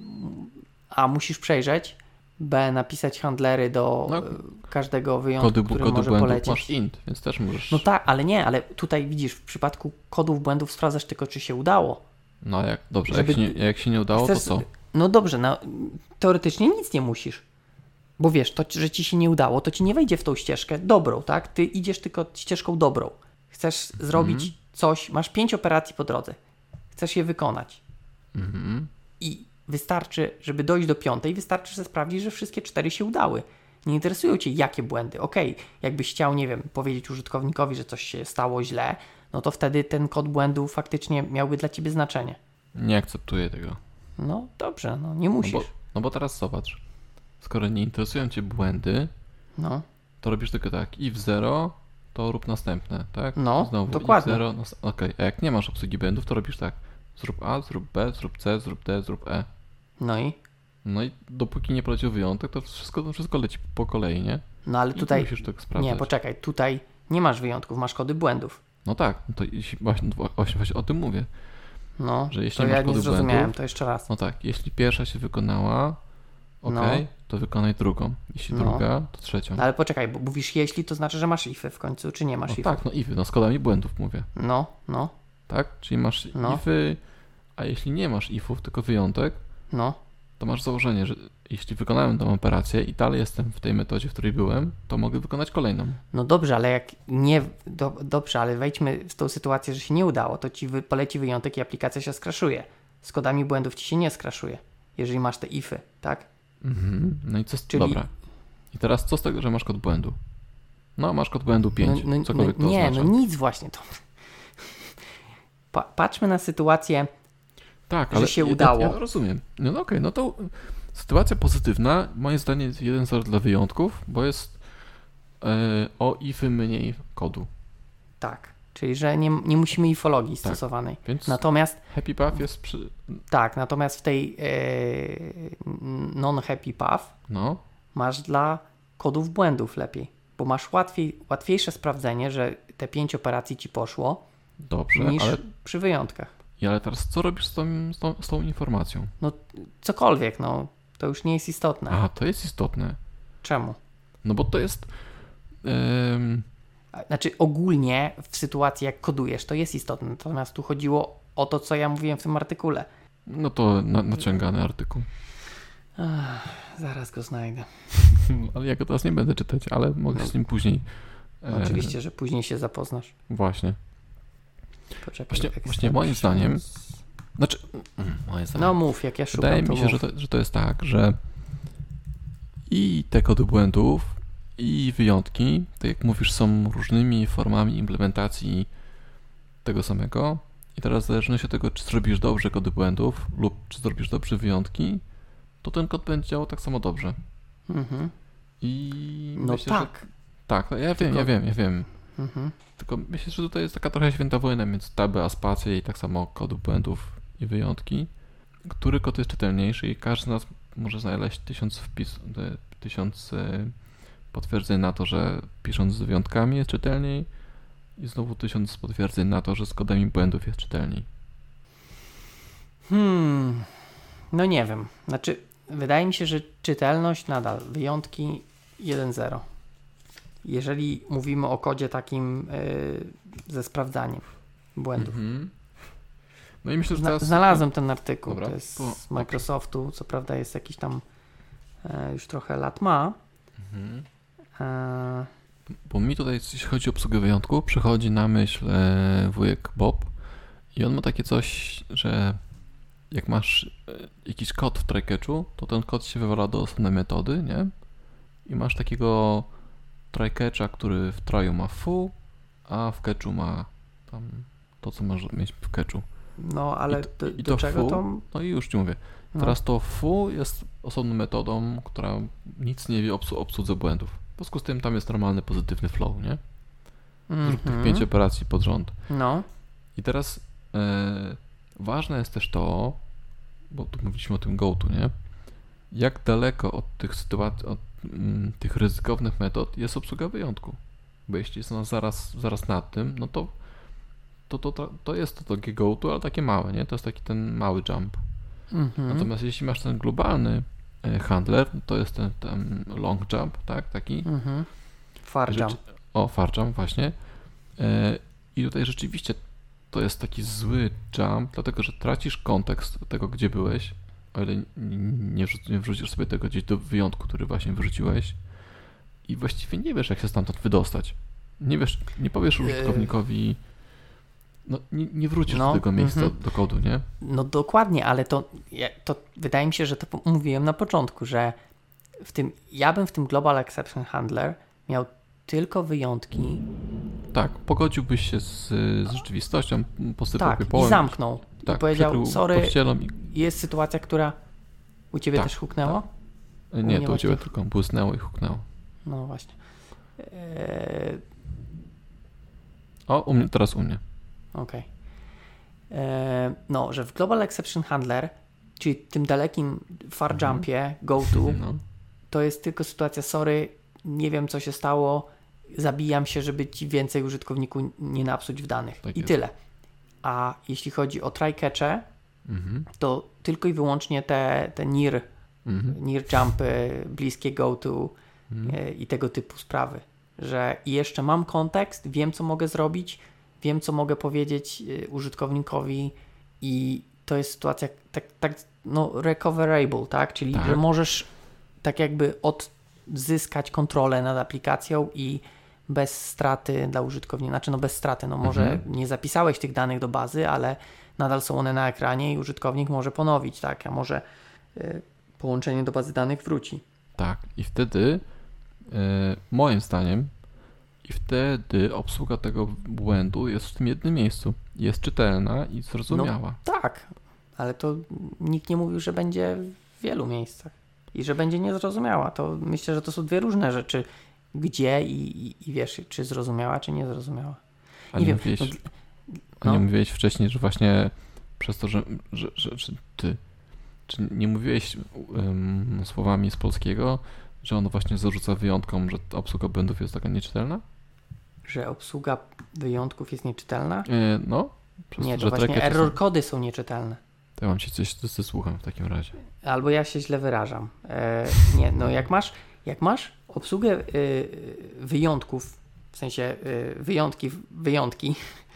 A, musisz przejrzeć, B, napisać handlery do No, e, każdego wyjątku, Kody, który kody może błędów polecieć. masz int, więc też możesz... No tak, ale nie, ale tutaj widzisz, w przypadku kodów błędów sprawdzasz tylko, czy się udało. No jak, dobrze, Żeby- jak, się nie, jak się nie udało, Chcesz- to co? No dobrze, no, teoretycznie nic nie musisz. Bo wiesz, to, że ci się nie udało, to ci nie wejdzie w tą ścieżkę dobrą, tak? Ty idziesz tylko ścieżką dobrą. Chcesz zrobić Mhm. coś, masz pięć operacji po drodze. Chcesz je wykonać. Mhm. I wystarczy, żeby dojść do piątej, wystarczy, że sprawdzić, że wszystkie cztery się udały. Nie interesują cię, jakie błędy. Okej, jakbyś chciał, nie wiem, powiedzieć użytkownikowi, że coś się stało źle, no to wtedy ten kod błędu faktycznie miałby dla ciebie znaczenie. Nie akceptuję tego. No dobrze, no nie No musisz. bo, no bo teraz zobacz. Skoro nie interesują cię błędy, No, to robisz tylko tak, if zero, to rób następne, tak? No, Znowu dokładnie. if zero, nas... okej, a jak nie masz obsługi błędów, to robisz tak, zrób A, zrób B, zrób C, zrób D, zrób E. no i? No i dopóki nie polecił wyjątek, to wszystko, to wszystko leci po kolei, nie? No ale I tutaj, musisz tego sprawdzać. nie, poczekaj, tutaj nie masz wyjątków, masz kody błędów. No tak, no to jeśli, właśnie, właśnie, właśnie o tym mówię. No, Że jeśli to masz ja nie kody zrozumiałem, błędów, to jeszcze raz. No tak, jeśli pierwsza się wykonała, ok, No. to wykonaj drugą. Jeśli No. druga, to trzecią. No ale poczekaj, bo mówisz jeśli, to znaczy, że masz ify w końcu, czy nie masz No ify? tak, no ify, no z kodami błędów mówię. No, no, Tak? Czyli masz No. ify, a jeśli nie masz ifów, tylko wyjątek, no. to masz założenie, że jeśli wykonałem tą operację i dalej jestem w tej metodzie, w której byłem, to mogę wykonać kolejną. No dobrze, ale jak nie, do, dobrze, ale wejdźmy w tą sytuację, że się nie udało, to ci wy, poleci wyjątek i aplikacja się skraszuje. Z kodami błędów ci się nie skraszuje, jeżeli masz te ify, tak? Mhm. No i co z... Czyli- Dobra. I teraz co z tego, że masz kod błędu? No, masz kod błędu pięć, no, no, cokolwiek no, to nie, oznacza. no nic właśnie to. Pa, patrzmy na sytuację, Tak, że ale się ja, udało. Ja, ja rozumiem. No, no okej, no to sytuacja pozytywna, moim zdaniem jest jeden zero dla wyjątków, bo jest e, o ify mniej kodu. tak, czyli że nie, nie musimy ifologii Tak. stosowanej. Więc Natomiast happy path jest przy... tak, natomiast w tej e, non-happy path No, masz dla kodów błędów lepiej, bo masz łatwiej, łatwiejsze sprawdzenie, że te pięć operacji ci poszło, dobrze, niż ale, przy wyjątkach. i ale teraz co robisz z tą, z tą, z tą informacją? No cokolwiek, no to już nie jest istotne. A, to jest istotne. Czemu? No bo to jest... em, Znaczy ogólnie w sytuacji jak kodujesz to jest istotne, natomiast tu chodziło o to, co ja mówiłem w tym artykule. no to na, naciągany artykuł. Ach, zaraz go znajdę. Ale ja go teraz nie będę czytać, ale mogę No. z nim później. e, Oczywiście, że później się zapoznasz. Właśnie. Poczekaj. Właśnie, exceptions. właśnie moim zdaniem, znaczy, mm, moim zdaniem, No mów, jak ja szukam, wydaje to mi się, mów. że to, że to jest tak, że i te kody błędów, i wyjątki, tak jak mówisz, są różnymi formami implementacji tego samego. I teraz w zależności od tego, czy zrobisz dobrze kody błędów lub czy zrobisz dobrze wyjątki, to ten kod będzie działał tak samo dobrze. Mhm. I No myślę, tak. że tak, ja wiem, Tylko- ja wiem, ja wiem. Mhm. Tylko myślę, że tutaj jest taka trochę święta wojna między taby a spacje i tak samo kodów błędów i wyjątki. Który kod jest czytelniejszy i każdy z nas może znaleźć tysiąc wpis, e, tysiąc e, potwierdzeń na to, że pisząc z wyjątkami jest czytelniej i znowu tysiąc potwierdzeń na to, że z kodami błędów jest czytelniej. Hmm. No nie wiem. Znaczy, wydaje mi się, że czytelność nadal. Wyjątki jeden zero. Jeżeli mówimy o kodzie takim yy, ze sprawdzaniem błędów. Mhm. No i myślę, że Zna- teraz... Znalazłem ten artykuł. Dobra, To jest to- z Microsoftu. Co prawda jest jakiś tam e, już trochę lat ma. Mhm. E, Bo mi tutaj, jeśli chodzi o obsługę wyjątku, przychodzi na myśl e, wujek Bob i on ma takie coś, że jak masz e, jakiś kod w try-catchu, to ten kod się wywala do osobnej metody, nie? I masz takiego try-catcha, który w tryu ma foo, a w catchu ma tam to, co masz mieć w catchu. no ale I to- do, i do to czego foo? to... No i już ci mówię. No. Teraz to foo jest osobną metodą, która nic nie wie o obsłu- obsłudze błędów. W związku z tym tam jest normalny, pozytywny flow, nie? Zrób tych Mhm. pięć operacji pod rząd. No. I teraz e, ważne jest też to, bo tu mówiliśmy o tym go-to, nie? Jak daleko od tych sytuacji, od mm, tych ryzykownych metod jest obsługa wyjątku. Bo jeśli jest ona zaraz, zaraz nad tym, no to to, to, to, to jest to takie go-to, ale takie małe, nie? To jest taki ten mały jump. Mhm. Natomiast jeśli masz ten globalny e, handler, to jest ten, ten long jump, tak? Taki. Mhm. Far Rzecz- jump. O, far jump właśnie. E, I tutaj rzeczywiście to jest taki zły jump, dlatego że tracisz kontekst tego, gdzie byłeś, o ile n- nie, wrzu- nie wrzucisz sobie tego gdzieś do wyjątku, który właśnie wyrzuciłeś i właściwie nie wiesz, jak się stamtąd wydostać. Nie wiesz, nie powiesz użytkownikowi, no nie, nie wrócisz No, do tego miejsca, mhm. do kodu, nie? No dokładnie, ale to, ja- to wydaje mi się, że to po- mówiłem na początku, że w tym, ja bym w tym Global Exception Handler miał tylko wyjątki, Tak, pogodziłbyś się z, z rzeczywistością, posypał tak, i piepołem, zamknął. tak, I powiedział, przykrył sorry, pościelą i jest sytuacja, która u Ciebie Tak, też huknęło? nie, mnie to u właśnie- Ciebie tylko błysnęło i huknęło. No właśnie. Eee, O, u mnie, teraz u mnie. Okej. Eee, No, że w Global Exception Handler, czyli tym dalekim far Mhm. jumpie, go to, No. to jest tylko sytuacja, sorry, nie wiem co się stało, zabijam się, żeby Ci więcej użytkowniku nie napsuć w danych. Tak I jest. tyle. A jeśli chodzi o try-catche, Mhm. to tylko i wyłącznie te, te N I R Mhm. near jumpy, bliskie go to Mhm. e, i tego typu sprawy. Że jeszcze mam kontekst, wiem co mogę zrobić, wiem co mogę powiedzieć e, użytkownikowi i to jest sytuacja tak, tak no recoverable, tak? Czyli Tak. że możesz tak jakby odzyskać kontrolę nad aplikacją i bez straty dla użytkownika, znaczy no bez straty, no może Mhm. nie zapisałeś tych danych do bazy, ale nadal są one na ekranie i użytkownik może ponowić, tak? A może y, połączenie do bazy danych wróci. Tak. I wtedy e, moim zdaniem i wtedy obsługa tego błędu jest w tym jednym miejscu. Jest czytelna i zrozumiała. Tak, ale to nikt nie mówił, że będzie w wielu miejscach i że będzie niezrozumiała. To myślę, że to są dwie różne rzeczy. Gdzie i, i, i wiesz, czy zrozumiała, czy nie zrozumiała. A nie nie, wiem, mówiłeś, no, a nie no. mówiłeś wcześniej, że właśnie przez to, że, że, że, że ty, czy nie mówiłeś um, słowami z polskiego, że ono właśnie zarzuca wyjątkom, że ta obsługa błędów jest taka nieczytelna? Że obsługa wyjątków jest nieczytelna? E, no. Przez Nie, to, to że właśnie tracketche error są- kody są nieczytelne. To ja mam ci coś ze słuchem w takim razie. Albo ja się źle wyrażam. E, nie, no jak masz, jak masz obsługę y, wyjątków, w sensie y, wyjątki, wyjątki,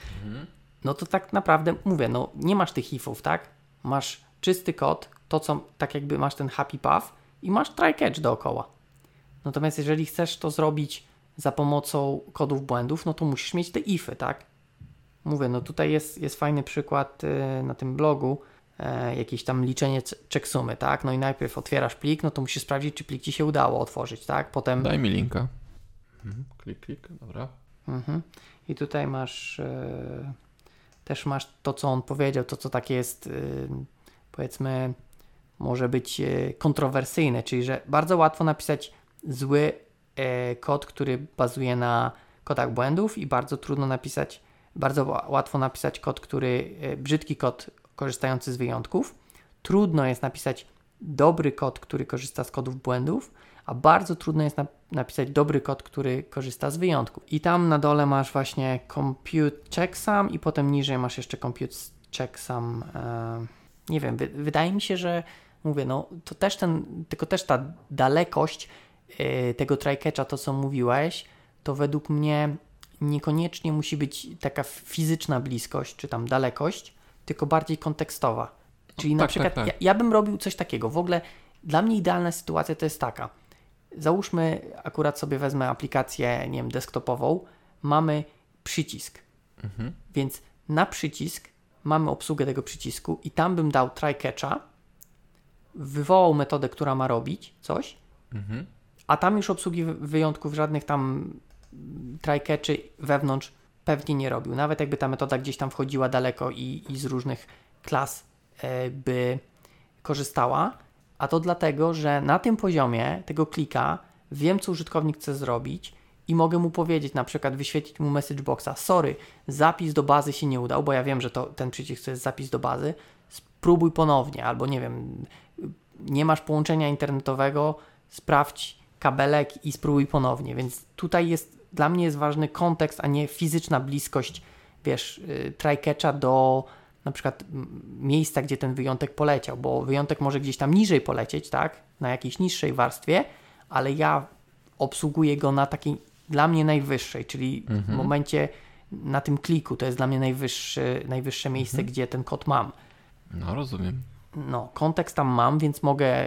no to tak naprawdę mówię, no nie masz tych ifów, tak? Masz czysty kod, to co, tak jakby masz ten happy path i masz try catch dookoła. Natomiast jeżeli chcesz to zrobić za pomocą kodów błędów, no to musisz mieć te ify, tak? Mówię, no tutaj jest, jest fajny przykład y, na tym blogu, y, jakieś tam liczenie c- checksumy, tak? No i najpierw otwierasz plik, no to musisz sprawdzić, czy plik ci się udało otworzyć, tak? Potem... Daj mi linka. Mhm. Klik, klik, dobra. Mhm. I tutaj masz e, też masz to, co on powiedział, to, co takie jest e, powiedzmy może być e, kontrowersyjne, czyli że bardzo łatwo napisać zły e, kod, który bazuje na kodach błędów i bardzo trudno napisać, bardzo ła- łatwo napisać kod, który, e, brzydki kod korzystający z wyjątków. Trudno jest napisać dobry kod, który korzysta z kodów błędów, a bardzo trudno jest na, napisać dobry kod, który korzysta z wyjątków. I tam na dole masz właśnie compute checksum i potem niżej masz jeszcze compute checksum. E, nie wiem, wy, wydaje mi się, że mówię, no to też ten, tylko też ta dalekość e, tego try-catcha, to co mówiłeś, to według mnie niekoniecznie musi być taka fizyczna bliskość, czy tam dalekość, tylko bardziej kontekstowa. Czyli na tak, przykład tak, tak. Ja, ja bym robił coś takiego. W ogóle dla mnie idealna sytuacja to jest taka. Załóżmy, akurat sobie wezmę aplikację, nie wiem, desktopową, mamy przycisk, Mhm. więc na przycisk mamy obsługę tego przycisku i tam bym dał try-catcha, wywołał metodę, która ma robić coś, Mhm. a tam już obsługi wy- wyjątków żadnych tam try-catchy wewnątrz pewnie nie robił. Nawet jakby ta metoda gdzieś tam wchodziła daleko i, i z różnych klas e, by korzystała, a to dlatego, że na tym poziomie tego klika wiem, co użytkownik chce zrobić i mogę mu powiedzieć, na przykład wyświetlić mu message boxa, sorry, zapis do bazy się nie udał, bo ja wiem, że to, ten przycisk to jest zapis do bazy, spróbuj ponownie, albo nie wiem, nie masz połączenia internetowego, sprawdź kabelek i spróbuj ponownie, więc tutaj jest, dla mnie jest ważny kontekst, a nie fizyczna bliskość, wiesz, y, try-catcha do na przykład m, miejsca, gdzie ten wyjątek poleciał, bo wyjątek może gdzieś tam niżej polecieć, tak, na jakiejś niższej warstwie, ale ja obsługuję go na takiej dla mnie najwyższej, czyli w Mhm. momencie na tym kliku, to jest dla mnie najwyższy, najwyższe miejsce, Mhm. gdzie ten kod mam. No, rozumiem. No, kontekst tam mam, więc mogę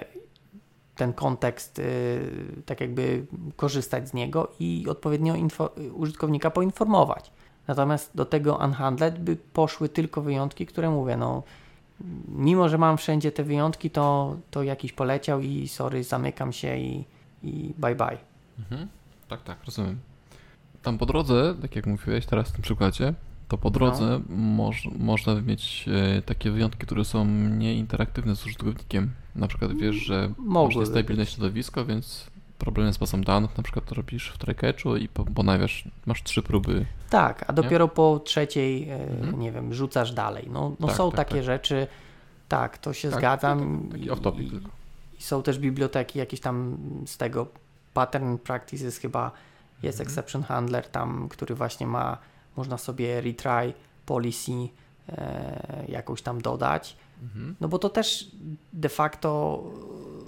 ten kontekst y, tak jakby korzystać z niego i odpowiednio info, użytkownika poinformować. Natomiast do tego unhandled by poszły tylko wyjątki, które mówię, no mimo, że mam wszędzie te wyjątki, to, to jakiś poleciał i sorry, zamykam się i, i bye bye. Mhm. Tak, tak, rozumiem. Tam po drodze, tak jak mówiłeś teraz w tym przykładzie, to po drodze moż, można mieć e, takie wyjątki, które są nieinteraktywne z użytkownikiem. Na przykład wiesz, że masz Mogłyby niestabilne środowisko, więc problemy z bazą danych na przykład to robisz w try-catchu i po- ponawiasz, masz trzy próby. Tak, a dopiero po trzeciej, e, Mhm. nie wiem, rzucasz dalej. No, no Tak, są tak, takie tak. rzeczy, tak, to się Tak, zgadzam. Taki i- off-topic i- tylko. I są też biblioteki jakieś tam z tego pattern practices chyba jest Mhm. exception handler tam, który właśnie ma, można sobie retry policy e, jakąś tam dodać. Mhm. No bo to też de facto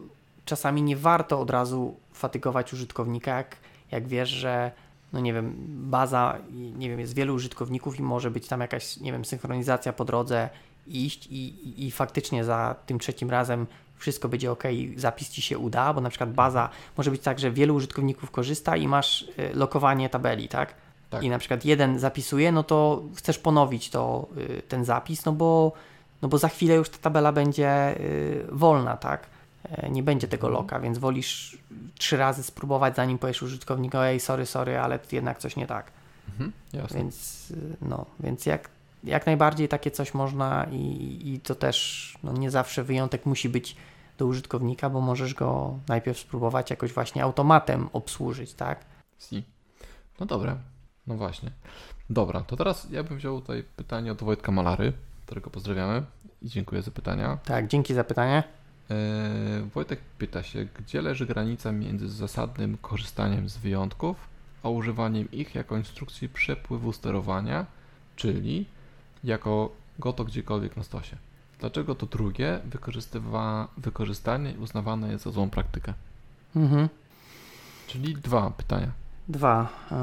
czasami nie warto od razu fatygować użytkownika, jak, jak wiesz, że no nie wiem, baza, nie wiem, jest wielu użytkowników i może być tam jakaś, nie wiem, synchronizacja po drodze iść i, i, i faktycznie za tym trzecim razem wszystko będzie ok, zapis Ci się uda, bo na przykład baza może być tak, że wielu użytkowników korzysta i masz y, lokowanie tabeli, tak? Tak. I na przykład jeden zapisuje, no to chcesz ponowić to, y, ten zapis, no bo, no bo za chwilę już ta tabela będzie y, wolna, tak? Y, nie będzie tego loka, więc wolisz trzy razy spróbować, zanim powiesz użytkownikowi, ej, sorry, sorry, ale jednak coś nie tak. Mhm, jasne. Więc, y, no, więc jak, jak najbardziej takie coś można i, i to też no, nie zawsze wyjątek musi być do użytkownika, bo możesz go najpierw spróbować jakoś właśnie automatem obsłużyć, tak? Si. No dobra, no właśnie. Dobra, to teraz ja bym wziął tutaj pytanie od Wojtka Malary, którego pozdrawiamy i dziękuję za pytania. Tak, dzięki za pytanie. Eee, Wojtek pyta się, gdzie leży granica między zasadnym korzystaniem z wyjątków, a używaniem ich jako instrukcji przepływu sterowania, czyli jako goto gdziekolwiek na stosie. Dlaczego to drugie wykorzystywa, wykorzystanie uznawane jest za złą praktykę? Mhm. Czyli dwa pytania. Dwa. Yy...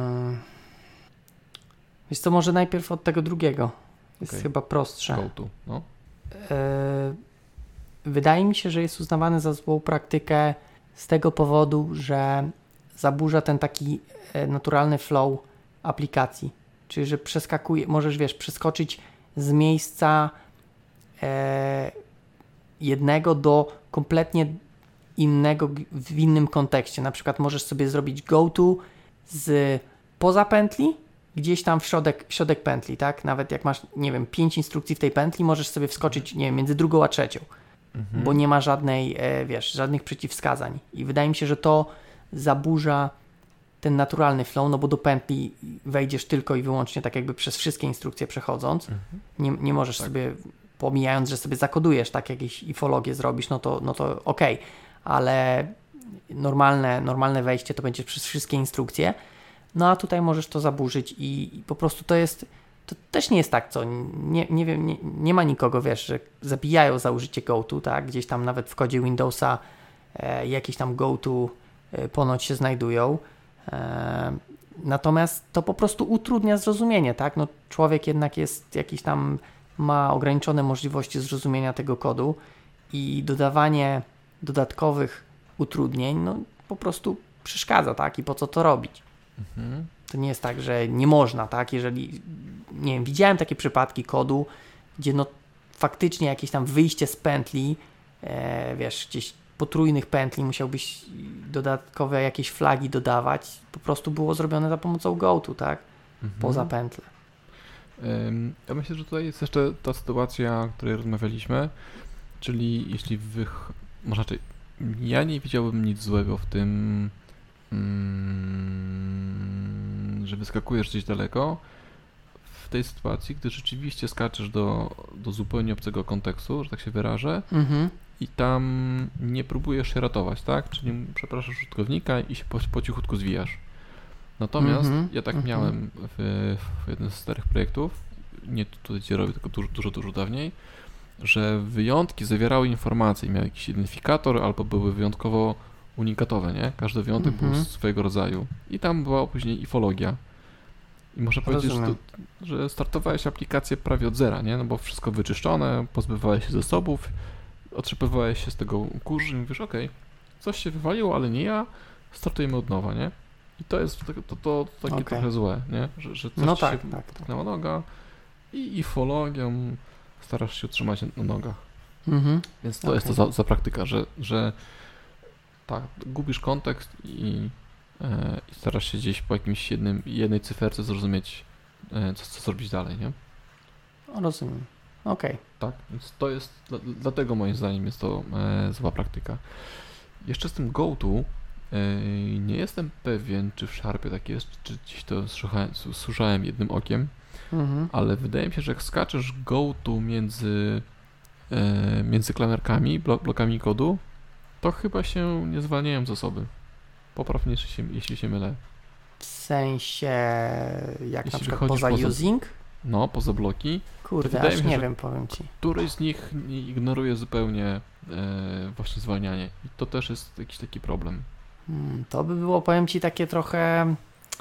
Wiesz co, może najpierw od tego drugiego. Jest Okay. chyba prostsze. Go to, no. Yy... Wydaje mi się, że jest uznawane za złą praktykę z tego powodu, że zaburza ten taki naturalny flow aplikacji. Czyli, że przeskakuje, możesz, wiesz, przeskoczyć z miejsca e, jednego do kompletnie innego w innym kontekście. Na przykład możesz sobie zrobić go-to z poza pętli, gdzieś tam w środek, w środek pętli, tak? Nawet jak masz, nie wiem, pięć instrukcji w tej pętli, możesz sobie wskoczyć, nie wiem, między drugą a trzecią, mhm. bo nie ma żadnej, e, wiesz, żadnych przeciwwskazań. I wydaje mi się, że to zaburza ten naturalny flow, no bo do pętli wejdziesz tylko i wyłącznie tak jakby przez wszystkie instrukcje przechodząc. Mhm. Nie, nie możesz tak. sobie, pomijając, że sobie zakodujesz, tak jakieś ifologię zrobisz, no to, no to okej, okay. ale normalne, normalne wejście to będzie przez wszystkie instrukcje, no a tutaj możesz to zaburzyć i, i po prostu to jest, to też nie jest tak, co, nie, nie wiem, nie, nie ma nikogo, wiesz, że zabijają za użycie go-to, tak, gdzieś tam nawet w kodzie Windowsa e, jakieś tam go-to e, ponoć się znajdują. Natomiast to po prostu utrudnia zrozumienie, tak? No, człowiek jednak jest jakiś tam, ma ograniczone możliwości zrozumienia tego kodu i dodawanie dodatkowych utrudnień, no po prostu przeszkadza, tak? I po co to robić? Mhm. To nie jest tak, że nie można, tak? Jeżeli, nie wiem, widziałem takie przypadki kodu, gdzie no faktycznie jakieś tam wyjście z pętli, e, wiesz, gdzieś potrójnych pętli, musiałbyś dodatkowe jakieś flagi dodawać, po prostu było zrobione za pomocą go-to, tak? Mhm. Poza pętlę. Ja myślę, że tutaj jest jeszcze ta sytuacja, o której rozmawialiśmy, czyli jeśli wy... może raczej ja nie widziałbym nic złego w tym, mm, że wyskakujesz gdzieś daleko w tej sytuacji, gdy rzeczywiście skaczesz do, do zupełnie obcego kontekstu, że tak się wyrażę, mhm. i tam nie próbujesz się ratować, tak? Czyli przepraszasz użytkownika i się po, po cichutku zwijasz. Natomiast mm-hmm, ja tak mm-hmm. miałem w, w jednym z starych projektów, nie tutaj gdzie robię, tylko dużo, dużo, dużo dawniej, że wyjątki zawierały informacje, miały jakiś identyfikator albo były wyjątkowo unikatowe, nie? Każdy wyjątek mm-hmm. był swojego rodzaju. I tam była później ifologia. I muszę powiedzieć, że, to, że startowałeś aplikację prawie od zera, nie? No bo wszystko wyczyszczone, pozbywałeś się zasobów, otrzepywałeś się z tego kurzu i mówisz, okej, okay, coś się wywaliło, ale nie ja, startujemy od nowa, nie? I to jest to, to, to takie okay. trochę złe, nie? Że, że coś no ci tak, się tak, puknęła noga i ifologią starasz się utrzymać na nogach. Mm-hmm. Więc to okay. jest to za, za praktyka, że, że tak, gubisz kontekst i, e, i starasz się gdzieś po jakimś jednym, jednej cyferce zrozumieć, e, co, co zrobić dalej, nie? Rozumiem. Okej. Okay. Tak, więc to jest, dlatego moim zdaniem jest to e, zła praktyka. Jeszcze z tym go-to e, nie jestem pewien, czy w Sharpie tak jest, czy gdzieś to słyszałem, słyszałem jednym okiem, mhm. ale wydaje mi się, że jak skaczesz go-to między, e, między klamerkami, blok, blokami kodu, to chyba się nie zwalniają zasoby. Popraw mnie, jeśli się, jeśli się mylę. W sensie, jak jeśli na przykład poza, poza using? No, poza bloki. Kurde, wydaje aż mi się, nie że wiem, powiem ci. Któryś z nich nie ignoruje zupełnie e, właśnie zwalnianie. I to też jest jakiś taki problem. Hmm, to by było, powiem ci, takie trochę...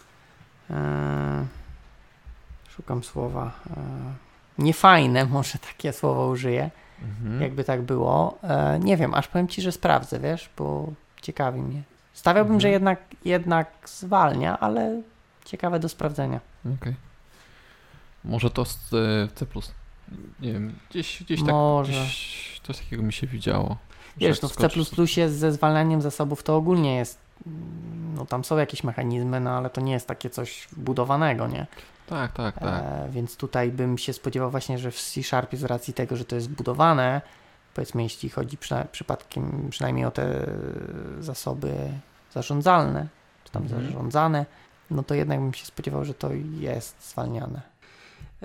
E, szukam słowa. E, niefajne, może takie słowo użyję. Mhm. Jakby tak było. E, nie wiem, aż powiem ci, że sprawdzę, wiesz, bo ciekawi mnie. Stawiałbym, Mhm. że jednak, jednak zwalnia, ale ciekawe do sprawdzenia. Okej. Okay. Może to z C plus. Nie wiem, gdzieś, gdzieś tak, Może. gdzieś coś takiego mi się widziało. Wiesz, no w C plus plus ze zwalnianiem zasobów to ogólnie jest, no tam są jakieś mechanizmy, no ale to nie jest takie coś wbudowanego, nie? Tak, tak, tak. E, więc tutaj bym się spodziewał właśnie, że w C Sharpie z racji tego, że to jest wbudowane, powiedzmy jeśli chodzi przyna- przypadkiem przynajmniej o te zasoby zarządzalne, czy tam Mhm. zarządzane, no to jednak bym się spodziewał, że to jest zwalniane. E,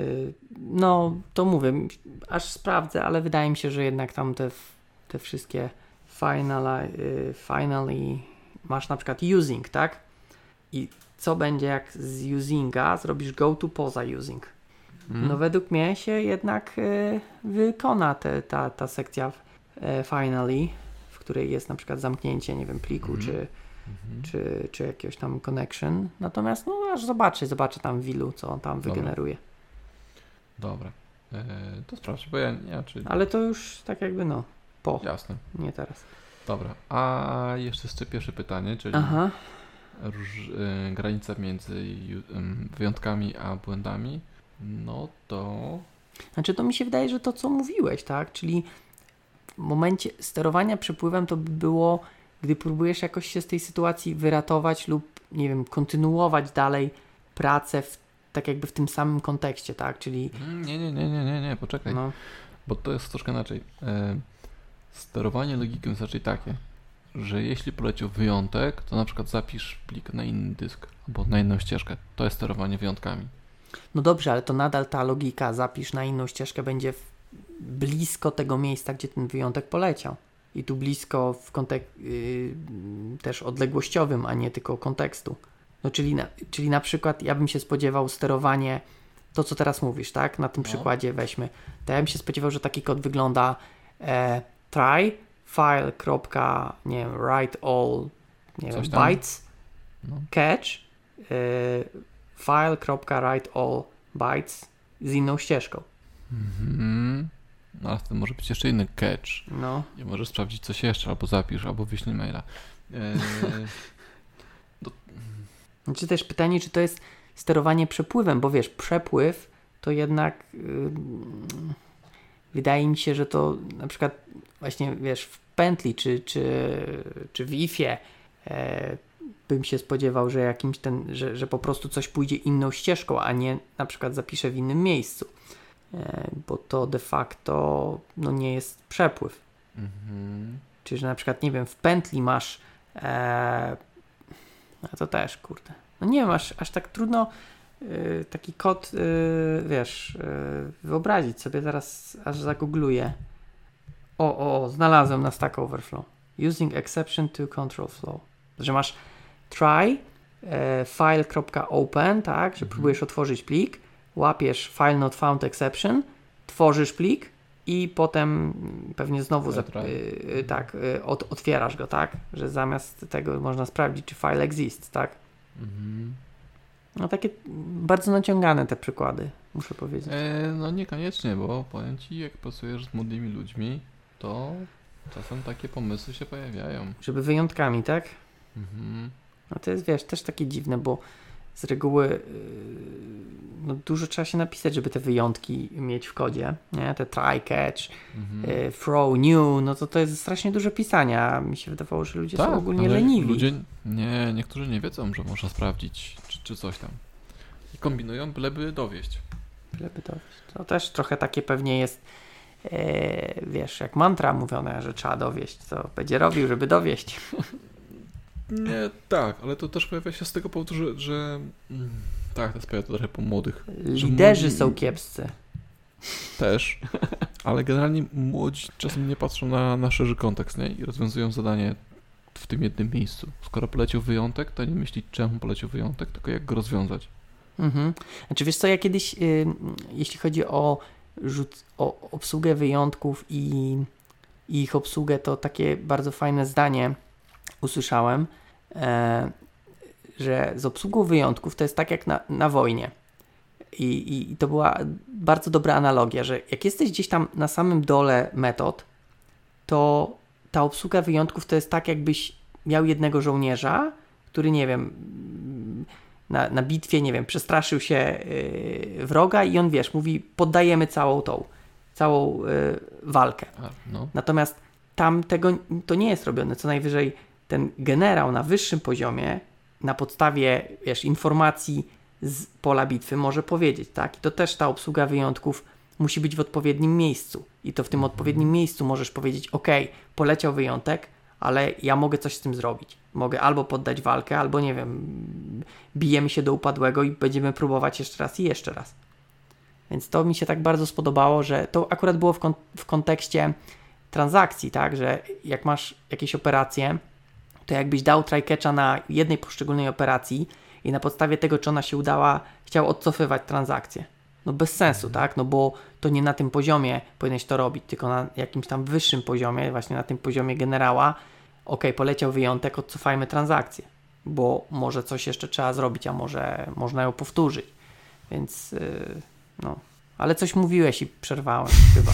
no to mówię, aż sprawdzę, ale wydaje mi się, że jednak tam te, te wszystkie finally, finally masz na przykład using, tak? I co będzie jak z usinga zrobisz go to poza using? Mhm. No według mnie się jednak y, wykona te, ta, ta sekcja y, finally, w której jest na przykład zamknięcie, nie wiem, pliku Mhm. czy, Mhm. czy, czy jakiegoś tam connection. Natomiast no aż zobaczę, zobaczę tam w ilu, co on tam Dobra. wygeneruje. Dobra. E, to sprawdź, bo ja nie, czy... Ale to już tak jakby no, po, Jasne. nie teraz. Dobra. A jeszcze jeszcze pierwsze pytanie, czyli Aha. róż, e, granica między ju, em, wyjątkami a błędami, no to... Znaczy to mi się wydaje, że to co mówiłeś, tak? Czyli w momencie sterowania przepływem to by było, gdy próbujesz jakoś się z tej sytuacji wyratować lub, nie wiem, kontynuować dalej pracę w, tak jakby w tym samym kontekście, tak? Czyli Mm, Nie, nie, nie, nie, nie, nie, poczekaj. no, Bo to jest troszkę inaczej. E, sterowanie logiką jest raczej takie, że jeśli poleciał wyjątek, to na przykład zapisz plik na inny dysk albo na inną ścieżkę. To jest sterowanie wyjątkami. no dobrze, ale to nadal ta logika zapisz na inną ścieżkę będzie w, blisko tego miejsca, gdzie ten wyjątek poleciał. I tu blisko w kontek- yy, też odległościowym, a nie tylko kontekstu. No czyli na, czyli na przykład ja bym się spodziewał sterowanie, to co teraz mówisz, tak? Na tym No. przykładzie weźmy. To ja bym się spodziewał, że taki kod wygląda e, try file. Nie wiem, write all nie Coś wiem, tam. bytes No. catch e, file. Write all bytes z inną ścieżką. Mhm. No ale wtedy może być jeszcze inny catch. No. I możesz sprawdzić coś jeszcze, albo zapisz, albo wyślij maila. E, Znaczy też pytanie, czy to jest sterowanie przepływem, bo wiesz, przepływ to jednak yy, wydaje mi się, że to na przykład właśnie wiesz w pętli czy, czy, czy w ifie e, bym się spodziewał, że jakimś ten, że, że po prostu coś pójdzie inną ścieżką, a nie na przykład zapiszę w innym miejscu, e, bo to de facto no nie jest przepływ. mhm. Czyli, że na przykład, nie wiem, w pętli masz e, a to też, kurde. No nie wiem, aż, aż tak trudno y, taki kod, y, wiesz, y, wyobrazić sobie. Zaraz aż zagoogluję. O, o, o, znalazłem na Stack Overflow. Using exception to control flow. Że masz try e, file.open, tak, że Mhm. próbujesz otworzyć plik, łapiesz file not found exception, tworzysz plik i potem pewnie znowu File zap- try. y, y, tak, y, od, otwierasz go, tak, że zamiast tego można sprawdzić, czy file exists, tak. Mhm. No takie bardzo naciągane te przykłady, muszę powiedzieć. E, no niekoniecznie, bo powiem Ci, jak pracujesz z młodymi ludźmi, to czasem takie pomysły się pojawiają. Żeby wyjątkami, tak? Mhm. No to jest, wiesz, też takie dziwne, bo z reguły yy, no dużo trzeba się napisać, żeby te wyjątki mieć w kodzie, nie? Te try, catch, Mhm. yy, throw, new, no to to jest strasznie dużo pisania. Mi się wydawało, że ludzie są ogólnie ale leniwi. Ludzie, nie, niektórzy nie wiedzą, że można sprawdzić, czy, czy coś tam. I kombinują, byleby dowieść. Żeby to, to też trochę takie pewnie jest, e, wiesz, jak mantra mówione, że trzeba dowieść, to będzie robił, żeby dowieść. Nie, tak, ale to też pojawia się z tego powodu, że, że mm, tak, to jest pojawia to trochę po młodych. Liderzy młodzi- są kiepscy. Też, ale generalnie młodzi czasem nie patrzą na, na szerszy kontekst, nie? I rozwiązują zadanie w tym jednym miejscu. Skoro poleciał wyjątek, to nie myśli, czemu poleciał wyjątek, tylko jak go rozwiązać. Mhm. Znaczy wiesz co, ja kiedyś, y, jeśli chodzi o, rzut, o obsługę wyjątków i, i ich obsługę, to takie bardzo fajne zdanie usłyszałem, e, że z obsługą wyjątków to jest tak jak na, na wojnie. I, i, I to była bardzo dobra analogia, że jak jesteś gdzieś tam na samym dole metod, to ta obsługa wyjątków to jest tak, jakbyś miał jednego żołnierza, który, nie wiem, na, na bitwie, nie wiem, przestraszył się yy, wroga i on, wiesz, mówi, poddajemy całą tą, całą yy, walkę. A, no. Natomiast tam tego to nie jest robione. Co najwyżej ten generał na wyższym poziomie na podstawie, wiesz, informacji z pola bitwy może powiedzieć, tak? I to też ta obsługa wyjątków musi być w odpowiednim miejscu. I to w tym mm. odpowiednim miejscu możesz powiedzieć, ok, poleciał wyjątek, ale ja mogę coś z tym zrobić. Mogę albo poddać walkę, albo nie wiem, bijemy się do upadłego i będziemy próbować jeszcze raz i jeszcze raz. Więc to mi się tak bardzo spodobało, że to akurat było w, kon- w kontekście transakcji, tak, że jak masz jakieś operacje, to jakbyś dał try-catcha na jednej poszczególnej operacji i na podstawie tego, czy ona się udała, chciał odcofywać transakcję. No bez sensu, tak, no bo to nie na tym poziomie powinieneś to robić, tylko na jakimś tam wyższym poziomie, właśnie na tym poziomie generała, ok, poleciał wyjątek, odcofajmy transakcję, bo może coś jeszcze trzeba zrobić, a może można ją powtórzyć. Więc yy, no, ale coś mówiłeś i przerwałem chyba.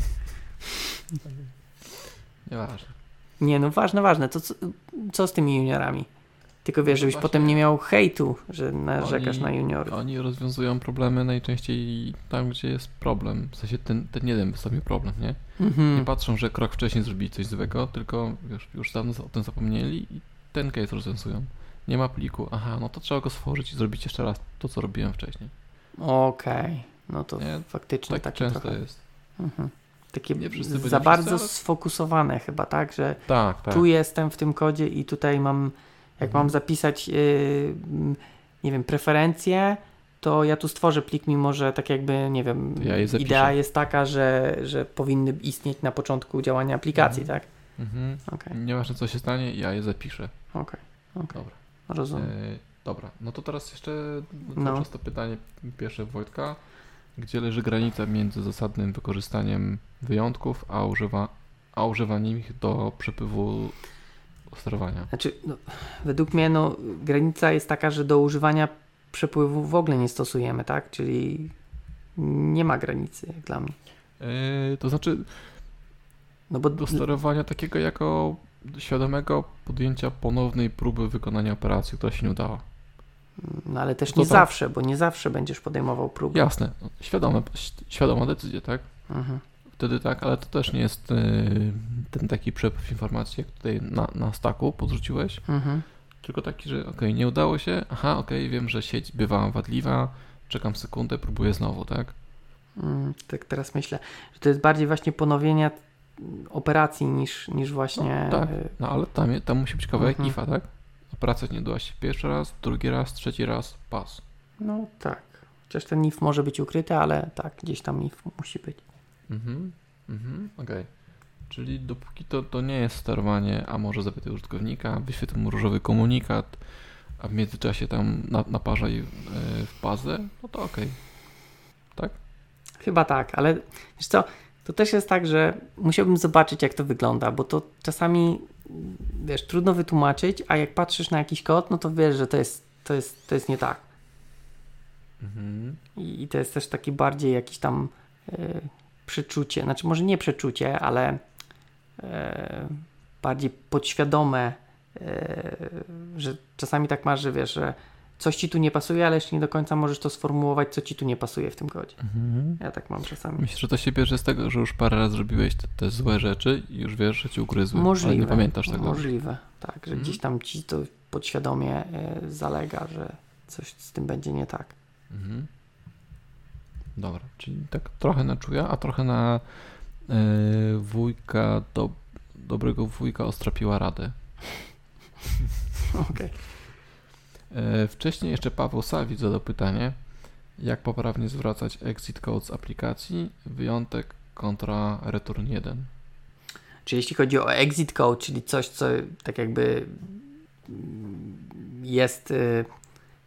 Nieważne. Nie, no ważne, ważne. To co, co z tymi juniorami? Tylko wiesz, żebyś Właśnie potem nie miał hejtu, że narzekasz oni, na juniorów. Oni rozwiązują problemy najczęściej tam, gdzie jest problem. W sensie ten, ten jeden wystąpił problem, nie? Mhm. Nie patrzą, że krok wcześniej zrobili coś złego, tylko wiesz, już dawno o tym zapomnieli i ten case rozwiązują. Nie ma pliku, aha, no to trzeba go stworzyć i zrobić jeszcze raz to, co robiłem wcześniej. Okej, okay. No to nie? faktycznie tak takie często trochę... jest. Mhm. Takie nie wszyscy za byli bardzo wszyscy, ale... sfokusowane chyba, tak? Że tak, tak. tu jestem w tym kodzie i tutaj mam, jak mhm. mam zapisać, yy, nie wiem, preferencje, to ja tu stworzę plik, mimo że tak jakby, nie wiem, ja idea jest taka, że, że powinny istnieć na początku działania aplikacji, mhm. tak? Mhm. Okay. Nieważne co się stanie, ja je zapiszę. Okej, okay. okay. Dobra. Rozumiem. E, dobra, no to teraz jeszcze no. proste pytanie pierwsze Wojtka. Gdzie leży granica między zasadnym wykorzystaniem wyjątków, a, używa, a używaniem ich do przepływu sterowania? Znaczy, no, według mnie no, granica jest taka, że do używania przepływu w ogóle nie stosujemy, tak? Czyli nie ma granicy, jak dla mnie. Yy, to znaczy no bo do sterowania takiego jako świadomego podjęcia ponownej próby wykonania operacji, która się nie udała. No ale też to nie to... zawsze, bo nie zawsze będziesz podejmował próbę. Jasne, świadome, świadoma decyzja, tak? Mhm. Wtedy tak, ale to też nie jest yy, ten taki przepływ informacji, jak tutaj na, na stacku podrzuciłeś, mhm. tylko taki, że okej, okay, nie udało się, aha, okej, okay, wiem, że sieć bywa wadliwa, czekam sekundę, próbuję znowu, tak? Mm, tak teraz myślę, że to jest bardziej właśnie ponowienia operacji niż, niż właśnie... No, tak, no ale tam, tam musi być kawałek mhm. ifa, tak? Operacja nie udała się pierwszy raz, drugi raz, trzeci raz, pas. No tak, chociaż ten if może być ukryty, ale tak, gdzieś tam if musi być. Mhm, mhm, okej. Okay. Czyli dopóki to, to nie jest sterowanie, a może zapytaj użytkownika, wyświetl mu różowy komunikat, a w międzyczasie tam na, naparzaj yy, w bazę, no to okej. Okay. Tak? Chyba tak, ale wiesz co, to też jest tak, że musiałbym zobaczyć, jak to wygląda, bo to czasami, wiesz, trudno wytłumaczyć, a jak patrzysz na jakiś kod, no to wiesz, że to jest, to jest, to jest nie tak. Mhm. I, I to jest też taki bardziej jakiś tam yy, przeczucie, znaczy może nie przeczucie, ale yy, bardziej podświadome, yy, że czasami tak masz, że wiesz, że coś ci tu nie pasuje, ale jeszcze nie do końca możesz to sformułować, co ci tu nie pasuje w tym kodzie. Mhm. Ja tak mam czasami. Myślę, że to się bierze z tego, że już parę razy zrobiłeś te, te złe rzeczy i już wiesz, że ci ugryzły. Możliwe. Ale nie pamiętasz tego. Możliwe, tak, że mhm. gdzieś tam ci to podświadomie y, zalega, że coś z tym będzie nie tak. Mhm. Dobra, czyli tak trochę na czuja, a trochę na y, wujka, do, dobrego wujka Ostrapiła radę. Okej. Okay. Wcześniej jeszcze Paweł Sawicz zadał pytanie, jak poprawnie zwracać exit code z aplikacji, wyjątek kontra return jeden. Czy jeśli chodzi o exit code, czyli coś, co tak jakby jest,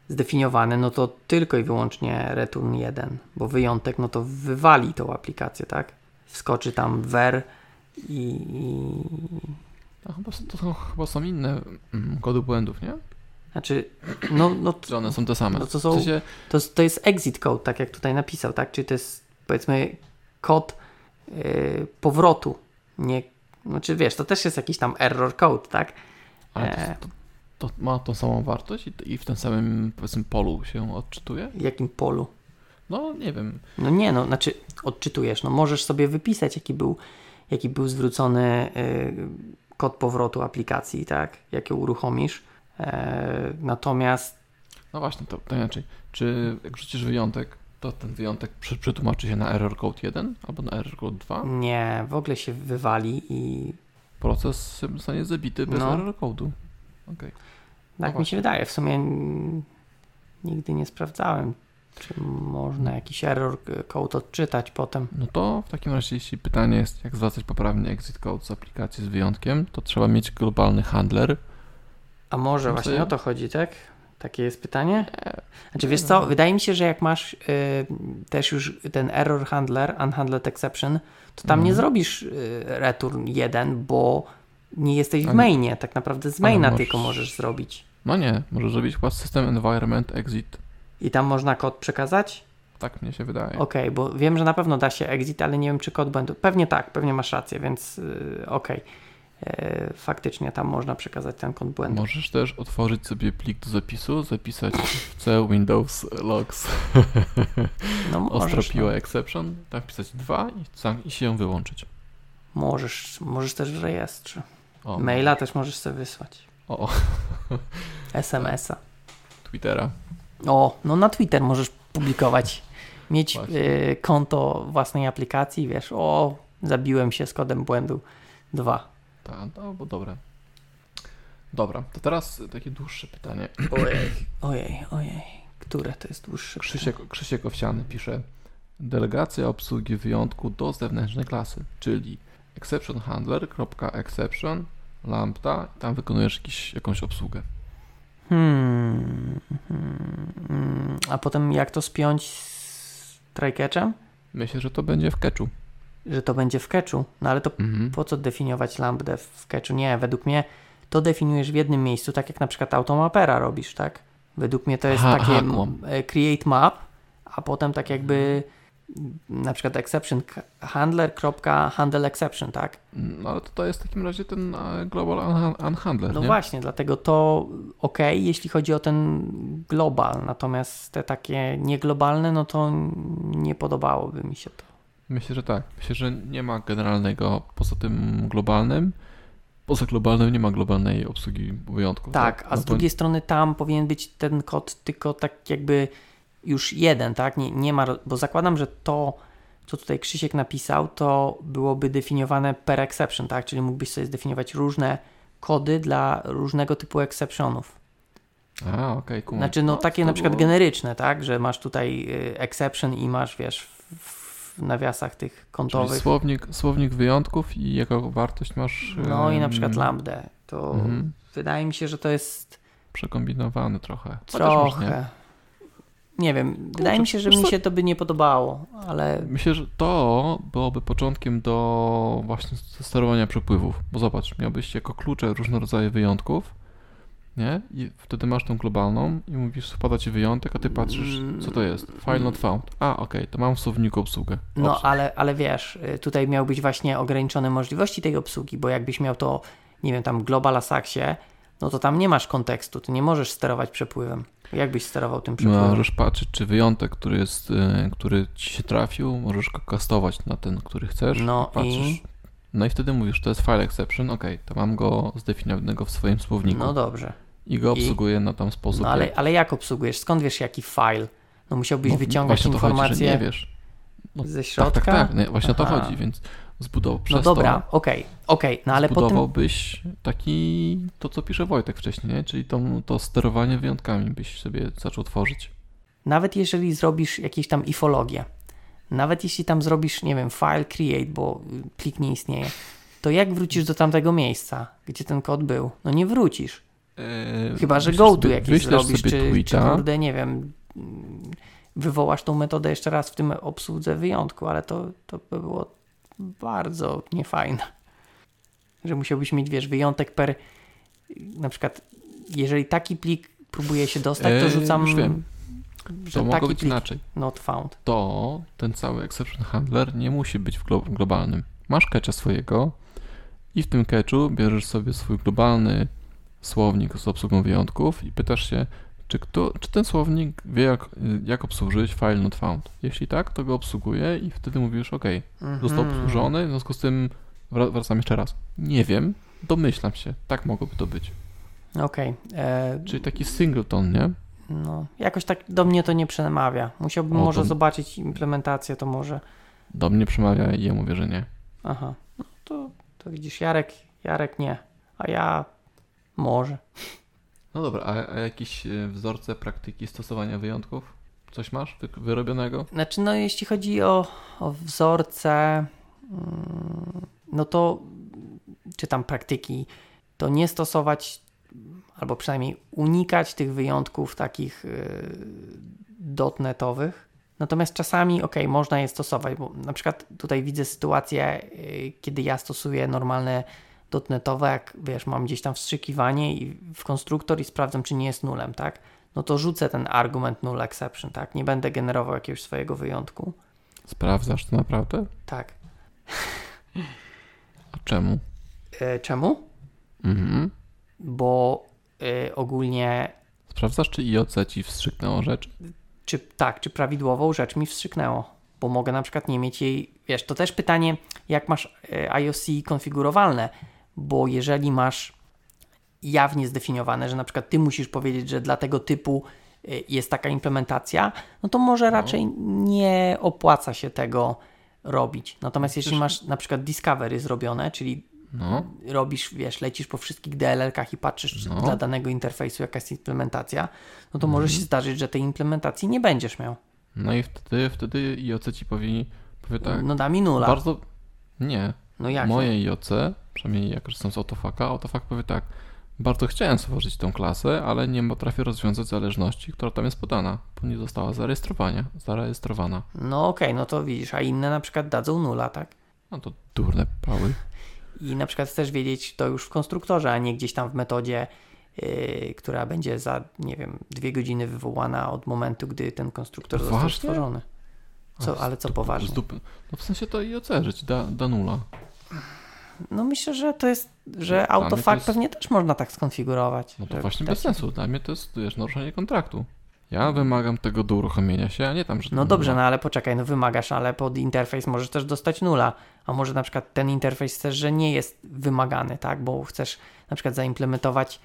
zdefiniowane, no to tylko i wyłącznie return jeden, bo wyjątek, no to wywali tą aplikację, tak? Wskoczy tam ver i... i... A chyba, to są, chyba są inne mm, kody błędów, nie? Znaczy, no... no Czy one są te same? No to, są, w sensie... to, to jest exit code, tak jak tutaj napisał, tak? Czyli to jest, powiedzmy, kod yy, powrotu, nie... Znaczy, wiesz, to też jest jakiś tam error code, tak? Ale to, to, to ma tą samą wartość i, i w tym samym, powiedzmy, polu się odczytuje? W jakim polu? No, nie wiem. No nie, no, znaczy odczytujesz, no możesz sobie wypisać, jaki był, jaki był zwrócony yy, kod powrotu aplikacji, tak? Jak ją uruchomisz. Yy, natomiast... No właśnie, to, to inaczej. Czy jak rzucisz wyjątek, to ten wyjątek przy, przetłumaczy się na error code jeden albo na error code dwa? Nie, w ogóle się wywali i... Proces zostanie zabity bez no. error code'u. Okay. Tak no mi się wydaje. W sumie nigdy nie sprawdzałem, czy można jakiś error code odczytać potem. No to w takim razie, jeśli pytanie jest, jak zwracać poprawnie exit code z aplikacji z wyjątkiem, to trzeba mieć globalny handler. A może właśnie sobie... o to chodzi, tak? Takie jest pytanie? Znaczy wiesz co, wydaje mi się, że jak masz y, też już ten error handler, unhandled exception, to tam mm. nie zrobisz y, return jeden, bo nie jesteś w mainie. Tak naprawdę z maina możesz... tylko możesz zrobić. No nie, możesz zrobić chyba system environment exit. I tam można kod przekazać? Tak mnie się wydaje. Okej, okay, bo wiem, że na pewno da się exit, ale nie wiem, czy kod błędu. Pewnie tak, pewnie masz rację, więc yy, okej. Okay. Faktycznie tam można przekazać ten kod błędu. Możesz też otworzyć sobie plik do zapisu, zapisać w C Windows logs no ostropiła no. exception, tam wpisać dwa i, sam, i się ją wyłączyć. Możesz, możesz też w rejestrze. O, Maila no. też możesz sobie wysłać. O. es em es a. Twittera. O, no na Twitter możesz publikować. Mieć y, konto własnej aplikacji, wiesz, o, zabiłem się z kodem błędu dwa. Tak, no bo dobre. Dobra, to teraz takie dłuższe pytanie. Ojej, ojej, ojej. Które to jest dłuższe Krzysiek, Krzysiek Owsiany pisze: delegacja obsługi wyjątku do zewnętrznej klasy, czyli exception handler.exception lambda, tam wykonujesz jakiś, jakąś obsługę. Hmm, hmm. A potem jak to spiąć z try-catchem? Myślę, że to będzie w catchu. Że to będzie w catchu? No ale to mhm. po co definiować lambdę w catchu? Nie, według mnie to definiujesz w jednym miejscu, tak jak na przykład automapera robisz, tak? Według mnie to jest aha, takie aha, create map, a potem tak jakby na przykład exception handler.handle exception, tak? No ale to, to jest w takim razie ten global unhandler, No nie? właśnie, dlatego to ok, jeśli chodzi o ten global, natomiast te takie nieglobalne, no to nie podobałoby mi się to. Myślę, że tak. Myślę, że nie ma generalnego poza tym globalnym. Poza globalnym nie ma globalnej obsługi wyjątków. Tak, tak? a z no drugiej to... strony tam powinien być ten kod tylko tak jakby już jeden, tak? Nie, nie ma, bo zakładam, że to, co tutaj Krzysiek napisał, to byłoby definiowane per exception, tak? Czyli mógłbyś sobie zdefiniować różne kody dla różnego typu exceptionów. A, okej, okay, cool. Znaczy, no, no takie na przykład było... generyczne, tak? Że masz tutaj exception i masz, wiesz, w, w nawiasach tych kontowych. Czyli słownik, słownik wyjątków i jaką wartość masz? No um... i na przykład lambdę. To mhm. wydaje mi się, że to jest... Przekombinowany trochę. Trochę. Nie wiem, Kurczę, wydaje mi się, że mi się to by nie podobało, ale... Myślę, że to byłoby początkiem do właśnie sterowania przepływów, bo zobacz, miałbyś jako klucze różne rodzaje wyjątków, nie? I wtedy masz tą globalną i mówisz, wpada ci wyjątek, a ty patrzysz, co to jest? File not found. A, okej, okay, to mam w słowniku obsługę. No, ale, ale wiesz, tutaj miałbyś właśnie ograniczone możliwości tej obsługi, bo jakbyś miał to, nie wiem, tam global Asaxie, no to tam nie masz kontekstu, ty nie możesz sterować przepływem. Jak byś sterował tym przepływem? Możesz patrzeć, czy wyjątek, który jest, który ci się trafił, możesz go kastować na ten, który chcesz. No patrzysz, i? No i wtedy mówisz, to jest file exception, okej, okay, to mam go zdefiniowanego w swoim słowniku. No dobrze. I go obsługuję I? na tam sposób. No ale, jak... ale jak obsługujesz? Skąd wiesz, jaki file? No musiałbyś no, wyciągać informacje chodzi, że nie wiesz. No, ze środka? Tak, tak, tak. Nie, właśnie Aha. o to chodzi, więc zbudował przez No dobra, okej, okay, okej, okay. No ale zbudowałbyś potem... taki, to co pisze Wojtek wcześniej, nie? Czyli to, to sterowanie wyjątkami byś sobie zaczął tworzyć. Nawet jeżeli zrobisz jakieś tam ifologię, nawet jeśli tam zrobisz, nie wiem, file create, bo plik nie istnieje, to jak wrócisz do tamtego miejsca, gdzie ten kod był? No nie wrócisz. Eee, Chyba, że wyślesz go to sobie- jakiś wyślesz zrobisz, sobie czy, czy tweeta. kurde, nie wiem, wywołasz tą metodę jeszcze raz w tym obsłudze wyjątku, ale to, to by było bardzo niefajne. Że musiałbyś mieć, wiesz, wyjątek per, na przykład, jeżeli taki plik próbuje się dostać, to Eee, rzucam, już wiem. że To mogło taki być plik inaczej. not found. To ten cały exception handler nie musi być w glo- globalnym. Masz catcha swojego i w tym catchu bierzesz sobie swój globalny słownik z obsługą wyjątków i pytasz się, czy, kto, czy ten słownik wie, jak, jak obsłużyć file not found. Jeśli tak, to go obsługuje i wtedy mówisz, OK, został Mhm. obsłużony, w związku z tym wra- wracam jeszcze raz. Nie wiem, domyślam się, tak mogłoby to być. Okej. e, Czyli taki singleton, nie? No, jakoś tak do mnie to nie przemawia. Musiałbym O, może to- zobaczyć implementację, to może. Do mnie przemawia i ja mówię, że nie. Aha. No to, to widzisz, Jarek, Jarek nie, a ja może. No dobra, a, a jakieś e, wzorce praktyki stosowania wyjątków? Coś masz wy, wyrobionego? Znaczy, no jeśli chodzi o, o wzorce, mm, no to czy tam praktyki, to nie stosować, albo przynajmniej unikać tych wyjątków takich yy, dotnetowych. Natomiast czasami, ok, można je stosować, bo na przykład tutaj widzę sytuację, yy, kiedy ja stosuję normalne dotnetowe, jak wiesz, mam gdzieś tam wstrzykiwanie i w konstruktor i sprawdzam, czy nie jest nulem, tak? No to rzucę ten argument null exception, tak? Nie będę generował jakiegoś swojego wyjątku. Sprawdzasz to naprawdę? Tak. A czemu? E, czemu? Mhm. Bo e, ogólnie, Sprawdzasz, czy I O C ci wstrzyknęło rzecz? czy tak, czy prawidłową rzecz mi wstrzyknęło, bo mogę na przykład nie mieć jej, wiesz, to też pytanie, jak masz e, I O C konfigurowalne, bo jeżeli masz jawnie zdefiniowane, że na przykład ty musisz powiedzieć, że dla tego typu e, jest taka implementacja, no to może raczej nie opłaca się tego robić. Natomiast jeśli Przecież- masz na przykład discovery zrobione, czyli No. robisz, wiesz, lecisz po wszystkich D L L-kach i patrzysz, czy No. dla danego interfejsu jaka jest implementacja, no to może się zdarzyć, że tej implementacji nie będziesz miał. No i wtedy, wtedy I O C ci powie, powie tak, No da mi nula. bardzo... Nie. No jak? Moje I O C, przynajmniej jak korzystam z AutoFucka, AutoFuck powie tak, bardzo chciałem stworzyć tą klasę, ale nie potrafię rozwiązać zależności, która tam jest podana, bo nie została zarejestrowania, zarejestrowana. No okej, no to widzisz, a inne na przykład dadzą nula, tak? No to durne pały. I na przykład chcesz wiedzieć to już w konstruktorze, a nie gdzieś tam w metodzie, yy, która będzie za, nie wiem, dwie godziny wywołana od momentu, gdy ten konstruktor został Poważnie? stworzony. Co, A, ale co z dupy- poważnie? z dupy. No w sensie to I O C, że ci da, da nula. No myślę, że to jest, że Dla mnie AutoFuck to jest- pewnie też można tak skonfigurować. No to że właśnie da bez się- sensu. Dla mnie to jest, wiesz, naruszenie kontraktu. Ja wymagam tego do uruchomienia się, a nie tam, że... No to dobrze, nula. no ale poczekaj, no wymagasz, ale pod interfejs możesz też dostać nula, a może na przykład ten interfejs chcesz, że nie jest wymagany, tak, bo chcesz na przykład zaimplementować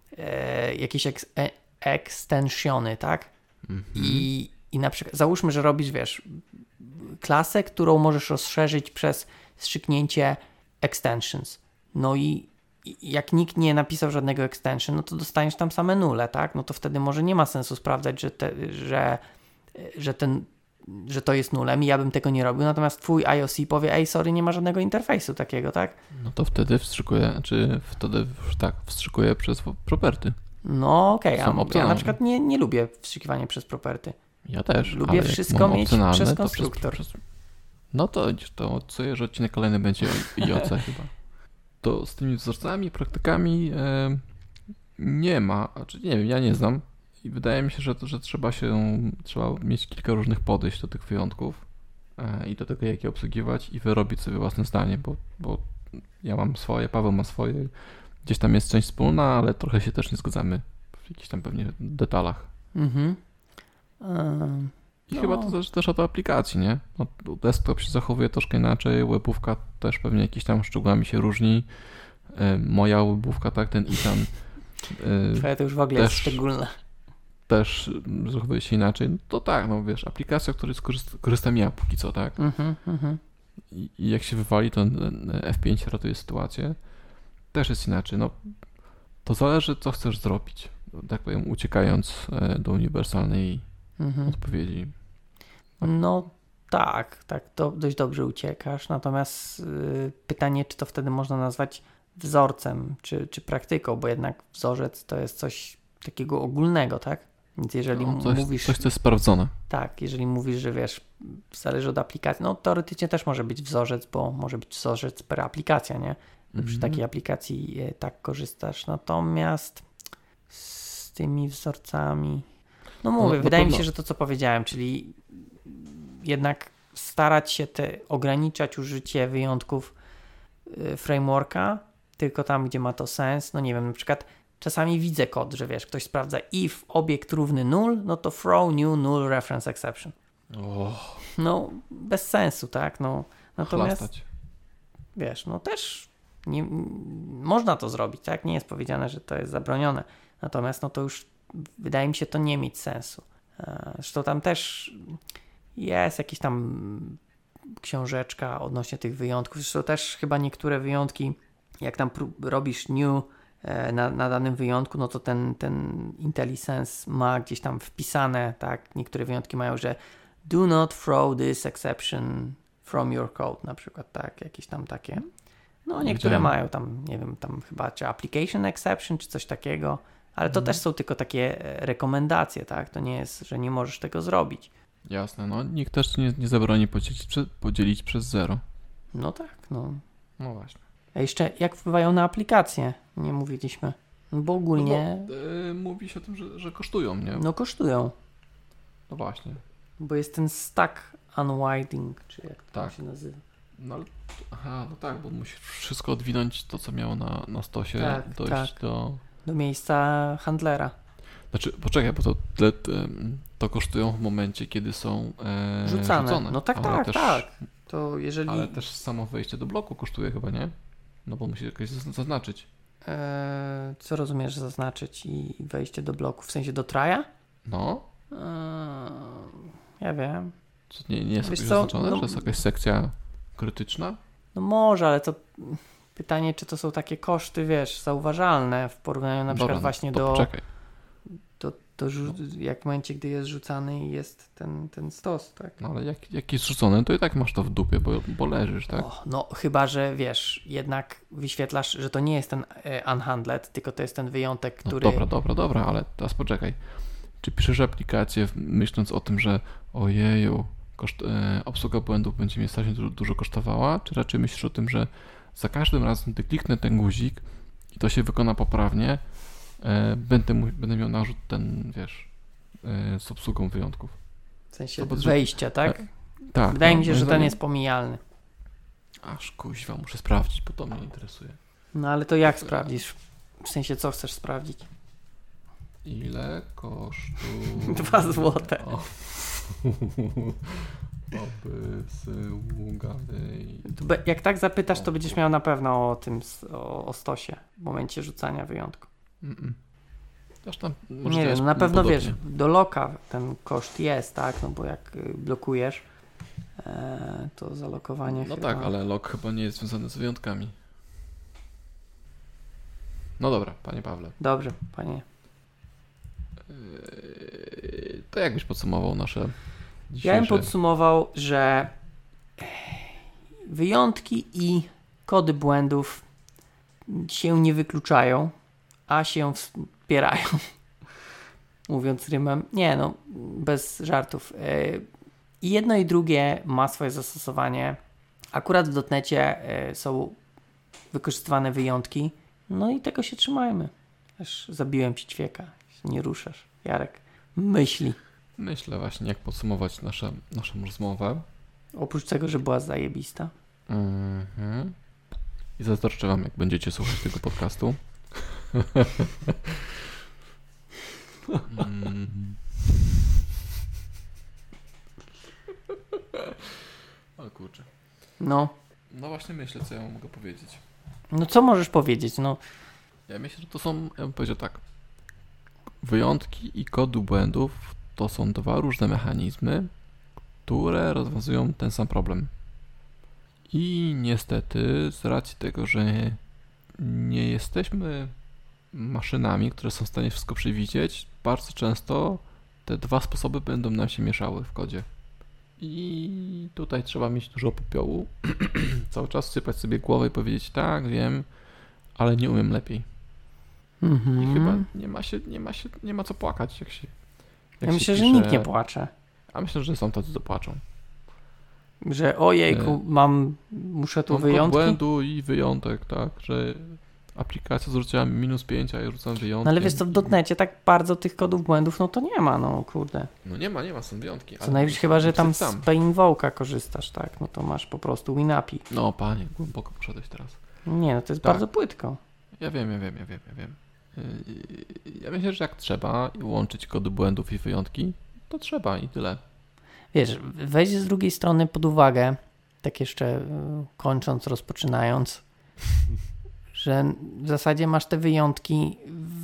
e, jakieś eks, e, ekstensiony, tak, Mhm. i, i na przykład załóżmy, że robisz, wiesz, klasę, którą możesz rozszerzyć przez strzyknięcie extensions, no i i jak nikt nie napisał żadnego extension, no to dostaniesz tam same nule, tak? No to wtedy może nie ma sensu sprawdzać, że, te, że, że, ten, że to jest nulem i ja bym tego nie robił, natomiast twój I O C powie, ej, sorry, nie ma żadnego interfejsu takiego, tak? No to wtedy wstrzykuję, czy wtedy, tak, wstrzykuję przez property. No okej, Są a ja na opcjonalne. przykład nie, nie lubię wstrzykiwania przez property. Ja też. Lubię ale jak wszystko mam mieć opcjonalne, przez to konstruktor. Przez, no to idziesz, to obiecuję, że odcinek kolejny będzie I O C chyba. To z tymi wzorcami, praktykami e, nie ma, znaczy nie wiem, ja nie znam i wydaje mi się, że, że trzeba się, trzeba mieć kilka różnych podejść do tych wyjątków e, i do tego, jak je obsługiwać i wyrobić sobie własne zdanie, bo, bo ja mam swoje, Paweł ma swoje, gdzieś tam jest część wspólna, ale trochę się też nie zgadzamy w jakichś tam pewnie detalach. Mhm. Ym, I No. chyba to też, też od aplikacji, nie? No, desktop się zachowuje troszkę inaczej, webówka też pewnie jakimiś tam szczegółami się różni. E, moja webówka, tak, ten Ethan e, Twoje to już w ogóle też- jest szczególne. też zachowuje się inaczej. No to tak, no wiesz, aplikacja, o której skoryst- korzystam ja póki co, tak? Mhm, mhm. I, i jak się wywali, to F pięć ratuje sytuację. Też jest inaczej. No, to zależy, co chcesz zrobić. Tak powiem, uciekając e, do uniwersalnej Mhm. odpowiedzi. No tak, tak, to dość dobrze uciekasz, natomiast y, pytanie, czy to wtedy można nazwać wzorcem czy, czy praktyką, bo jednak wzorzec to jest coś takiego ogólnego, tak? Więc jeżeli No, coś, mówisz... coś, co jest sprawdzone. Tak, jeżeli mówisz, że wiesz, zależy od aplikacji, no teoretycznie też może być wzorzec, bo może być wzorzec per aplikacja, nie? Mm-hmm. Przy takiej aplikacji tak korzystasz. Natomiast z tymi wzorcami... No mówię, no, wydaje mi się, że to co powiedziałem, czyli jednak starać się te, ograniczać użycie wyjątków y, frameworka, tylko tam, gdzie ma to sens. No nie wiem, na przykład czasami widzę kod, że wiesz, ktoś sprawdza if obiekt równy null, no to throw new null reference exception. Oh. No bez sensu, tak? No, natomiast Chlastać. Wiesz, no też nie, można to zrobić, tak? Nie jest powiedziane, że to jest zabronione. Natomiast no to już wydaje mi się to nie mieć sensu. Zresztą tam też jest jakiś tam książeczka odnośnie tych wyjątków. Zresztą też chyba niektóre wyjątki, jak tam robisz new na, na danym wyjątku, no to ten, ten IntelliSense ma gdzieś tam wpisane, tak? Niektóre wyjątki mają, że do not throw this exception from your code, na przykład, tak? Jakieś tam takie. No niektóre Gdzie? mają tam, nie wiem, tam chyba czy application exception, czy coś takiego. Ale to hmm. też są tylko takie rekomendacje, tak? To nie jest, że nie możesz tego zrobić. Jasne, no nikt też nie, nie zabroni podzielić, prze, podzielić przez zero. No tak, no. No właśnie. A jeszcze jak wpływają na aplikacje? Nie mówiliśmy. Bo ogólnie... No bo, yy, mówi się o tym, że, że kosztują, nie? No kosztują. No właśnie. Bo jest ten stack unwinding, czy jak to tak. się nazywa. No, aha, no tak, bo musisz wszystko odwinąć to, co miało na, na stosie, tak, dojść tak. do... Do miejsca handlera. Znaczy, poczekaj, bo to, to, to kosztują w momencie, kiedy są e, rzucane. rzucone. No tak, ale tak, też, tak. To jeżeli... Ale też samo wejście do bloku kosztuje chyba, nie? No bo musisz jakoś zaznaczyć. Eee, co rozumiesz zaznaczyć i wejście do bloku? W sensie do traja? No. Eee, ja wiem. Co, nie, nie jest jakoś zaznaczone? No, że jest jakaś sekcja krytyczna? No może, ale to pytanie, czy to są takie koszty, wiesz, zauważalne w porównaniu na Dobra, przykład właśnie no, do... Poczekaj. Do, do rzu- jak w momencie, gdy jest rzucany i jest ten, ten stos, tak? No ale jak, jak jest rzucone, to i tak masz to w dupie, bo, bo leżysz, tak? O, no chyba, że wiesz, jednak wyświetlasz, że to nie jest ten e, unhandled, tylko to jest ten wyjątek, który... No dobra, dobra, dobra, ale teraz poczekaj. Czy piszesz aplikację myśląc o tym, że ojeju, koszt, e, obsługa błędów będzie mnie strasznie dużo, dużo kosztowała, czy raczej myślisz o tym, że za każdym razem, gdy kliknę ten guzik i to się wykona poprawnie, e, będę, mu, będę miał narzut ten, wiesz, e, z obsługą wyjątków. W sensie to wejścia, tak? E, tak. Wydaje no, mi się, że ten jest pomijalny. Aż kuźwa, muszę sprawdzić, bo to mnie interesuje. No ale to jak sprawdzisz? W sensie co chcesz sprawdzić? Ile kosztuje... Dwa złote. O. Obsługa wyjątków. Jak tak zapytasz, to będziesz miał na pewno o tym, o, o stosie w momencie rzucania wyjątku. Mm-mm. Tam, nie wiem, na pewno podobnie. Wiesz, do loka ten koszt jest, tak? No bo jak blokujesz, e, to zalokowanie No chyba... tak, ale lok chyba nie jest związany z wyjątkami. No dobra, panie Pawle. Dobrze, panie. Yy, to jakbyś podsumował nasze dzisiejsze... Ja bym podsumował, że wyjątki i kody błędów się nie wykluczają, a się wspierają. Mówiąc rymem. Nie, no, bez żartów. I jedno i drugie ma swoje zastosowanie. Akurat w dotnecie są wykorzystywane wyjątki. No i tego się trzymajmy. Aż zabiłem ci ćwieka. Nie ruszasz. Jarek, myśli. Myślę właśnie, jak podsumować nasze, naszą rozmowę. Oprócz tego, że była zajebista. Mm-hmm. I zazdroszczę wam, jak będziecie słuchać tego podcastu. mm. O kurczę. No. No właśnie myślę, co ja mogę powiedzieć. No co możesz powiedzieć? No. Ja myślę, że to są, ja bym powiedział tak, wyjątki i kody błędów to są dwa różne mechanizmy, które rozwiązują ten sam problem. I niestety z racji tego, że nie jesteśmy maszynami, które są w stanie wszystko przewidzieć, bardzo często te dwa sposoby będą nam się mieszały w kodzie. I tutaj trzeba mieć dużo popiołu, cały czas sypać sobie głowę i powiedzieć tak, wiem, ale nie umiem lepiej. Mhm. I chyba nie ma się, nie ma się, nie ma co płakać, jak się jak Ja się myślę, pisze, że nikt nie płacze. A myślę, że są tacy, co płaczą. Że ojejku, mam, muszę tu Mam kod wyjątki. błędu i wyjątek, tak, że aplikacja zrzuciła mi minus pięć, a ja rzucam wyjątki. No ale wiesz co, w dotnecie tak bardzo tych kodów błędów, no to nie ma, no kurde. No nie ma, nie ma, są wyjątki. Co najwyżej chyba, że tam z sam. Painvoke'a korzystasz, tak? No to masz po prostu WinAPI. No panie, głęboko poszedłeś teraz. Nie, no to jest Tak. bardzo płytko. Ja wiem, ja wiem, ja wiem, ja wiem. Yy, Ja myślę, że jak trzeba łączyć kody błędów i wyjątki, to trzeba i tyle. Wiesz, weź z drugiej strony pod uwagę, tak jeszcze y, kończąc, rozpoczynając, że w zasadzie masz te wyjątki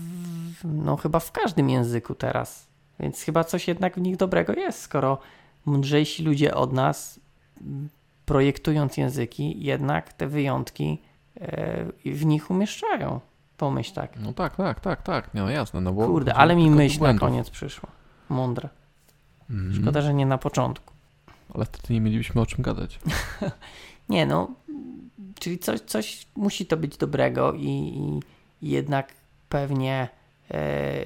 w, no chyba w każdym języku teraz. Więc chyba coś jednak w nich dobrego jest, skoro mądrzejsi ludzie od nas, m, projektując języki, jednak te wyjątki y, w nich umieszczają. Pomyśl tak. No tak, tak, tak, tak, no jasne. No bo Kurde, chodzi ale o mi kody myśl na błędów. koniec przyszła. Mądre. Mhm. Szkoda, że nie na początku. Ale wtedy nie mielibyśmy o czym gadać. Nie no, czyli coś, coś musi to być dobrego i, i, i jednak pewnie e,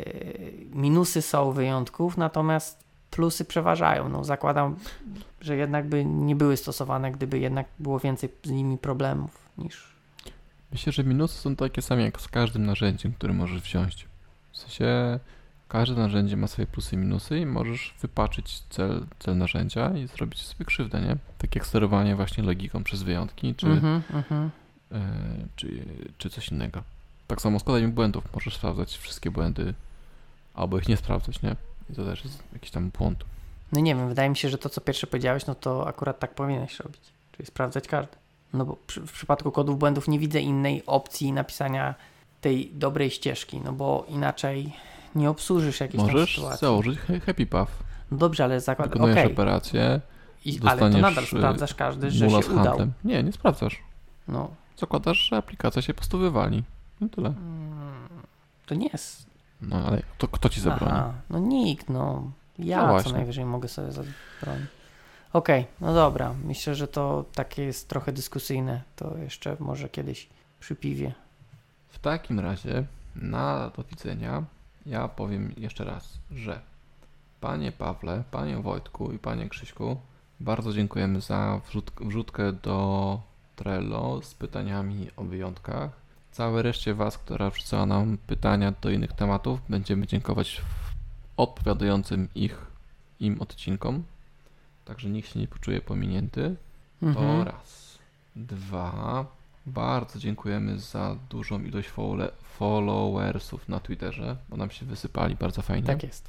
minusy są wyjątków, natomiast plusy przeważają. No, zakładam, że jednak by nie były stosowane, gdyby jednak było więcej z nimi problemów niż... Myślę, że minusy są takie same jak z każdym narzędziem, które możesz wziąć. W sensie każde narzędzie ma swoje plusy i minusy i możesz wypaczyć cel, cel narzędzia i zrobić sobie krzywdę, nie? Tak jak sterowanie właśnie logiką przez wyjątki, czy, Mhm, mhm. e, czy, czy coś innego. Tak samo z kodaniem błędów. Możesz sprawdzać wszystkie błędy, albo ich nie sprawdzać, nie? I to też jest jakiś tam błąd. No nie wiem, wydaje mi się, że to, co pierwsze powiedziałeś, no to akurat tak powinieneś robić. Czyli sprawdzać każdy. No bo przy, w przypadku kodów błędów nie widzę innej opcji napisania tej dobrej ścieżki, no bo inaczej nie obsłużysz jakiejś tam Możesz sytuacji. założyć ha- happy path. No dobrze, ale zakład... Wykonujesz okej. operację, I- Ale to dostaniesz, nadal y, sprawdzasz każdy, że mula się z udał. handlem. Nie, nie sprawdzasz. No. Zakładasz, że aplikacja się po prostu wywali. I tyle. Mm, To nie jest... No ale to kto ci zabroni? Aha, no nikt, no. Ja No co właśnie. najwyżej mogę sobie zabronić. Okej, no dobra. Myślę, że to takie jest trochę dyskusyjne. To jeszcze może kiedyś przy piwie. W takim razie na do widzenia ja powiem jeszcze raz, że panie Pawle, panie Wojtku i panie Krzyśku, bardzo dziękujemy za wrzut, wrzutkę do Trello z pytaniami o wyjątkach. Całej reszcie was, która wrzucała nam pytania do innych tematów, będziemy dziękować w odpowiadającym ich im odcinkom. Także nikt się nie poczuje pominięty. To Mhm. raz. Dwa. Bardzo dziękujemy za dużą ilość fole- followersów na Twitterze, bo nam się wysypali bardzo fajnie. Tak jest.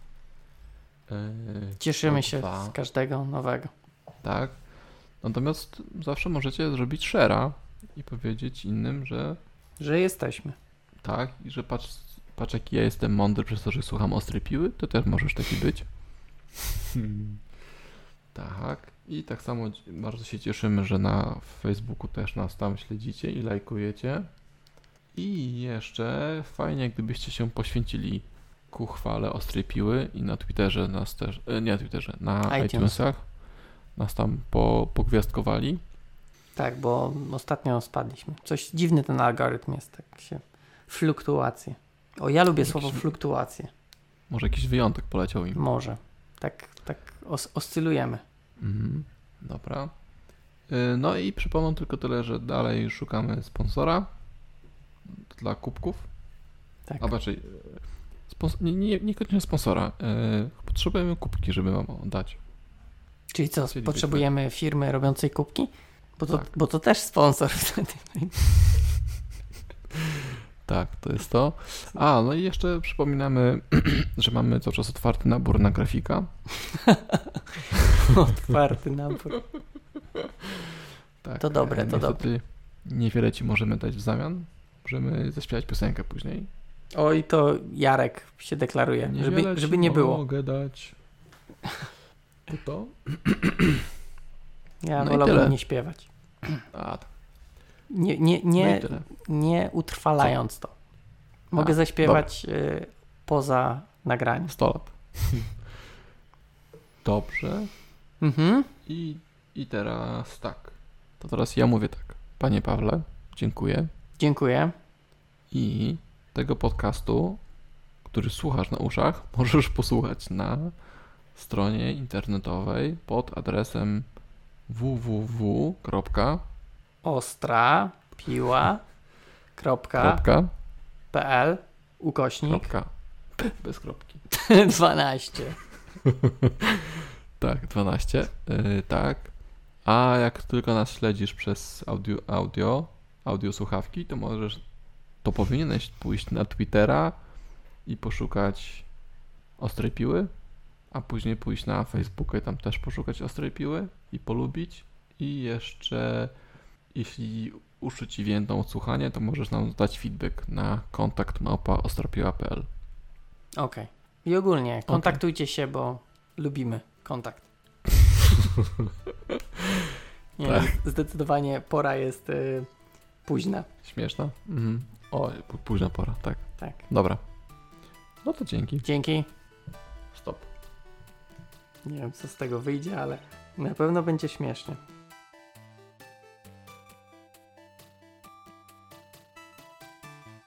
Yy, Cieszymy to się dwa. z każdego nowego. Tak. Natomiast zawsze możecie zrobić share'a i powiedzieć innym, że Że jesteśmy. tak, i że patrz, patrz jaki ja jestem mądry przez to, że słucham Ostrej Piły, to też możesz taki być. Tak. I tak samo bardzo się cieszymy, że na Facebooku też nas tam śledzicie i lajkujecie. I jeszcze fajnie, gdybyście się poświęcili ku chwale Ostrej Piły i na Twitterze nas też, e, nie na Twitterze, na iTunes. iTunesach nas tam po, pogwiazdkowali. Tak, bo ostatnio spadliśmy. Coś dziwny ten algorytm jest, tak się... Fluktuacje. O, ja lubię Może słowo jakiś- fluktuacje. Może jakiś wyjątek poleciał im. Może. Tak, tak os- oscylujemy. Mhm. Dobra. Y, No i przypomnę tylko tyle, że dalej szukamy sponsora dla kubków. Tak. A raczej y, spons- nie, nie, niekoniecznie sponsora. Y, Potrzebujemy kubki, żeby wam dać. Czyli co, Chcielibyśmy. potrzebujemy firmy robiącej kubki? Bo to, Tak. bo to też sponsor wtedy. Tak, to jest to. A, no i jeszcze przypominamy, że mamy cały czas otwarty nabór na grafika. Otwarty nabór. Tak, To dobre, e, to niestety niewiele ci możemy dać w zamian. Możemy zaśpiewać piosenkę później. Oj, to Jarek się deklaruje, Niewiele żeby, ci żeby nie było. mogę dać. To to? Ja No i tyle. wolałbym nie śpiewać. A, tak. Nie, nie, No nie, i tyle. nie utrwalając to. Mogę A, zaśpiewać y, poza nagraniem. sto lat. Dobrze. Mhm. I, I teraz tak. To teraz ja mówię tak. Panie Pawle, dziękuję. Dziękuję. I tego podcastu, który słuchasz na uszach, możesz posłuchać na stronie internetowej pod adresem w w w kropka ostra piła kropka p l ukośnik kropka, bez kropki. dwanaście. Tak, dwanaście. Yy, tak. A jak tylko nas śledzisz przez audio, audio, audio słuchawki, to możesz, to powinieneś pójść na Twittera i poszukać Ostrej Piły, a później pójść na Facebooka i tam też poszukać Ostrej Piły i polubić. I jeszcze, jeśli uszy ci więdą odsłuchanie, to możesz nam dać feedback na kontakt małpa ostrapiła kropka p l. Okej. Okay. I ogólnie kontaktujcie okay. się, bo lubimy kontakt. Nie, tak. Zdecydowanie pora jest y, późna. Śmieszna? Mhm. O, późna pora, tak. Tak. Dobra. No to dzięki. Dzięki. Stop. Nie wiem, co z tego wyjdzie, ale na pewno będzie śmiesznie.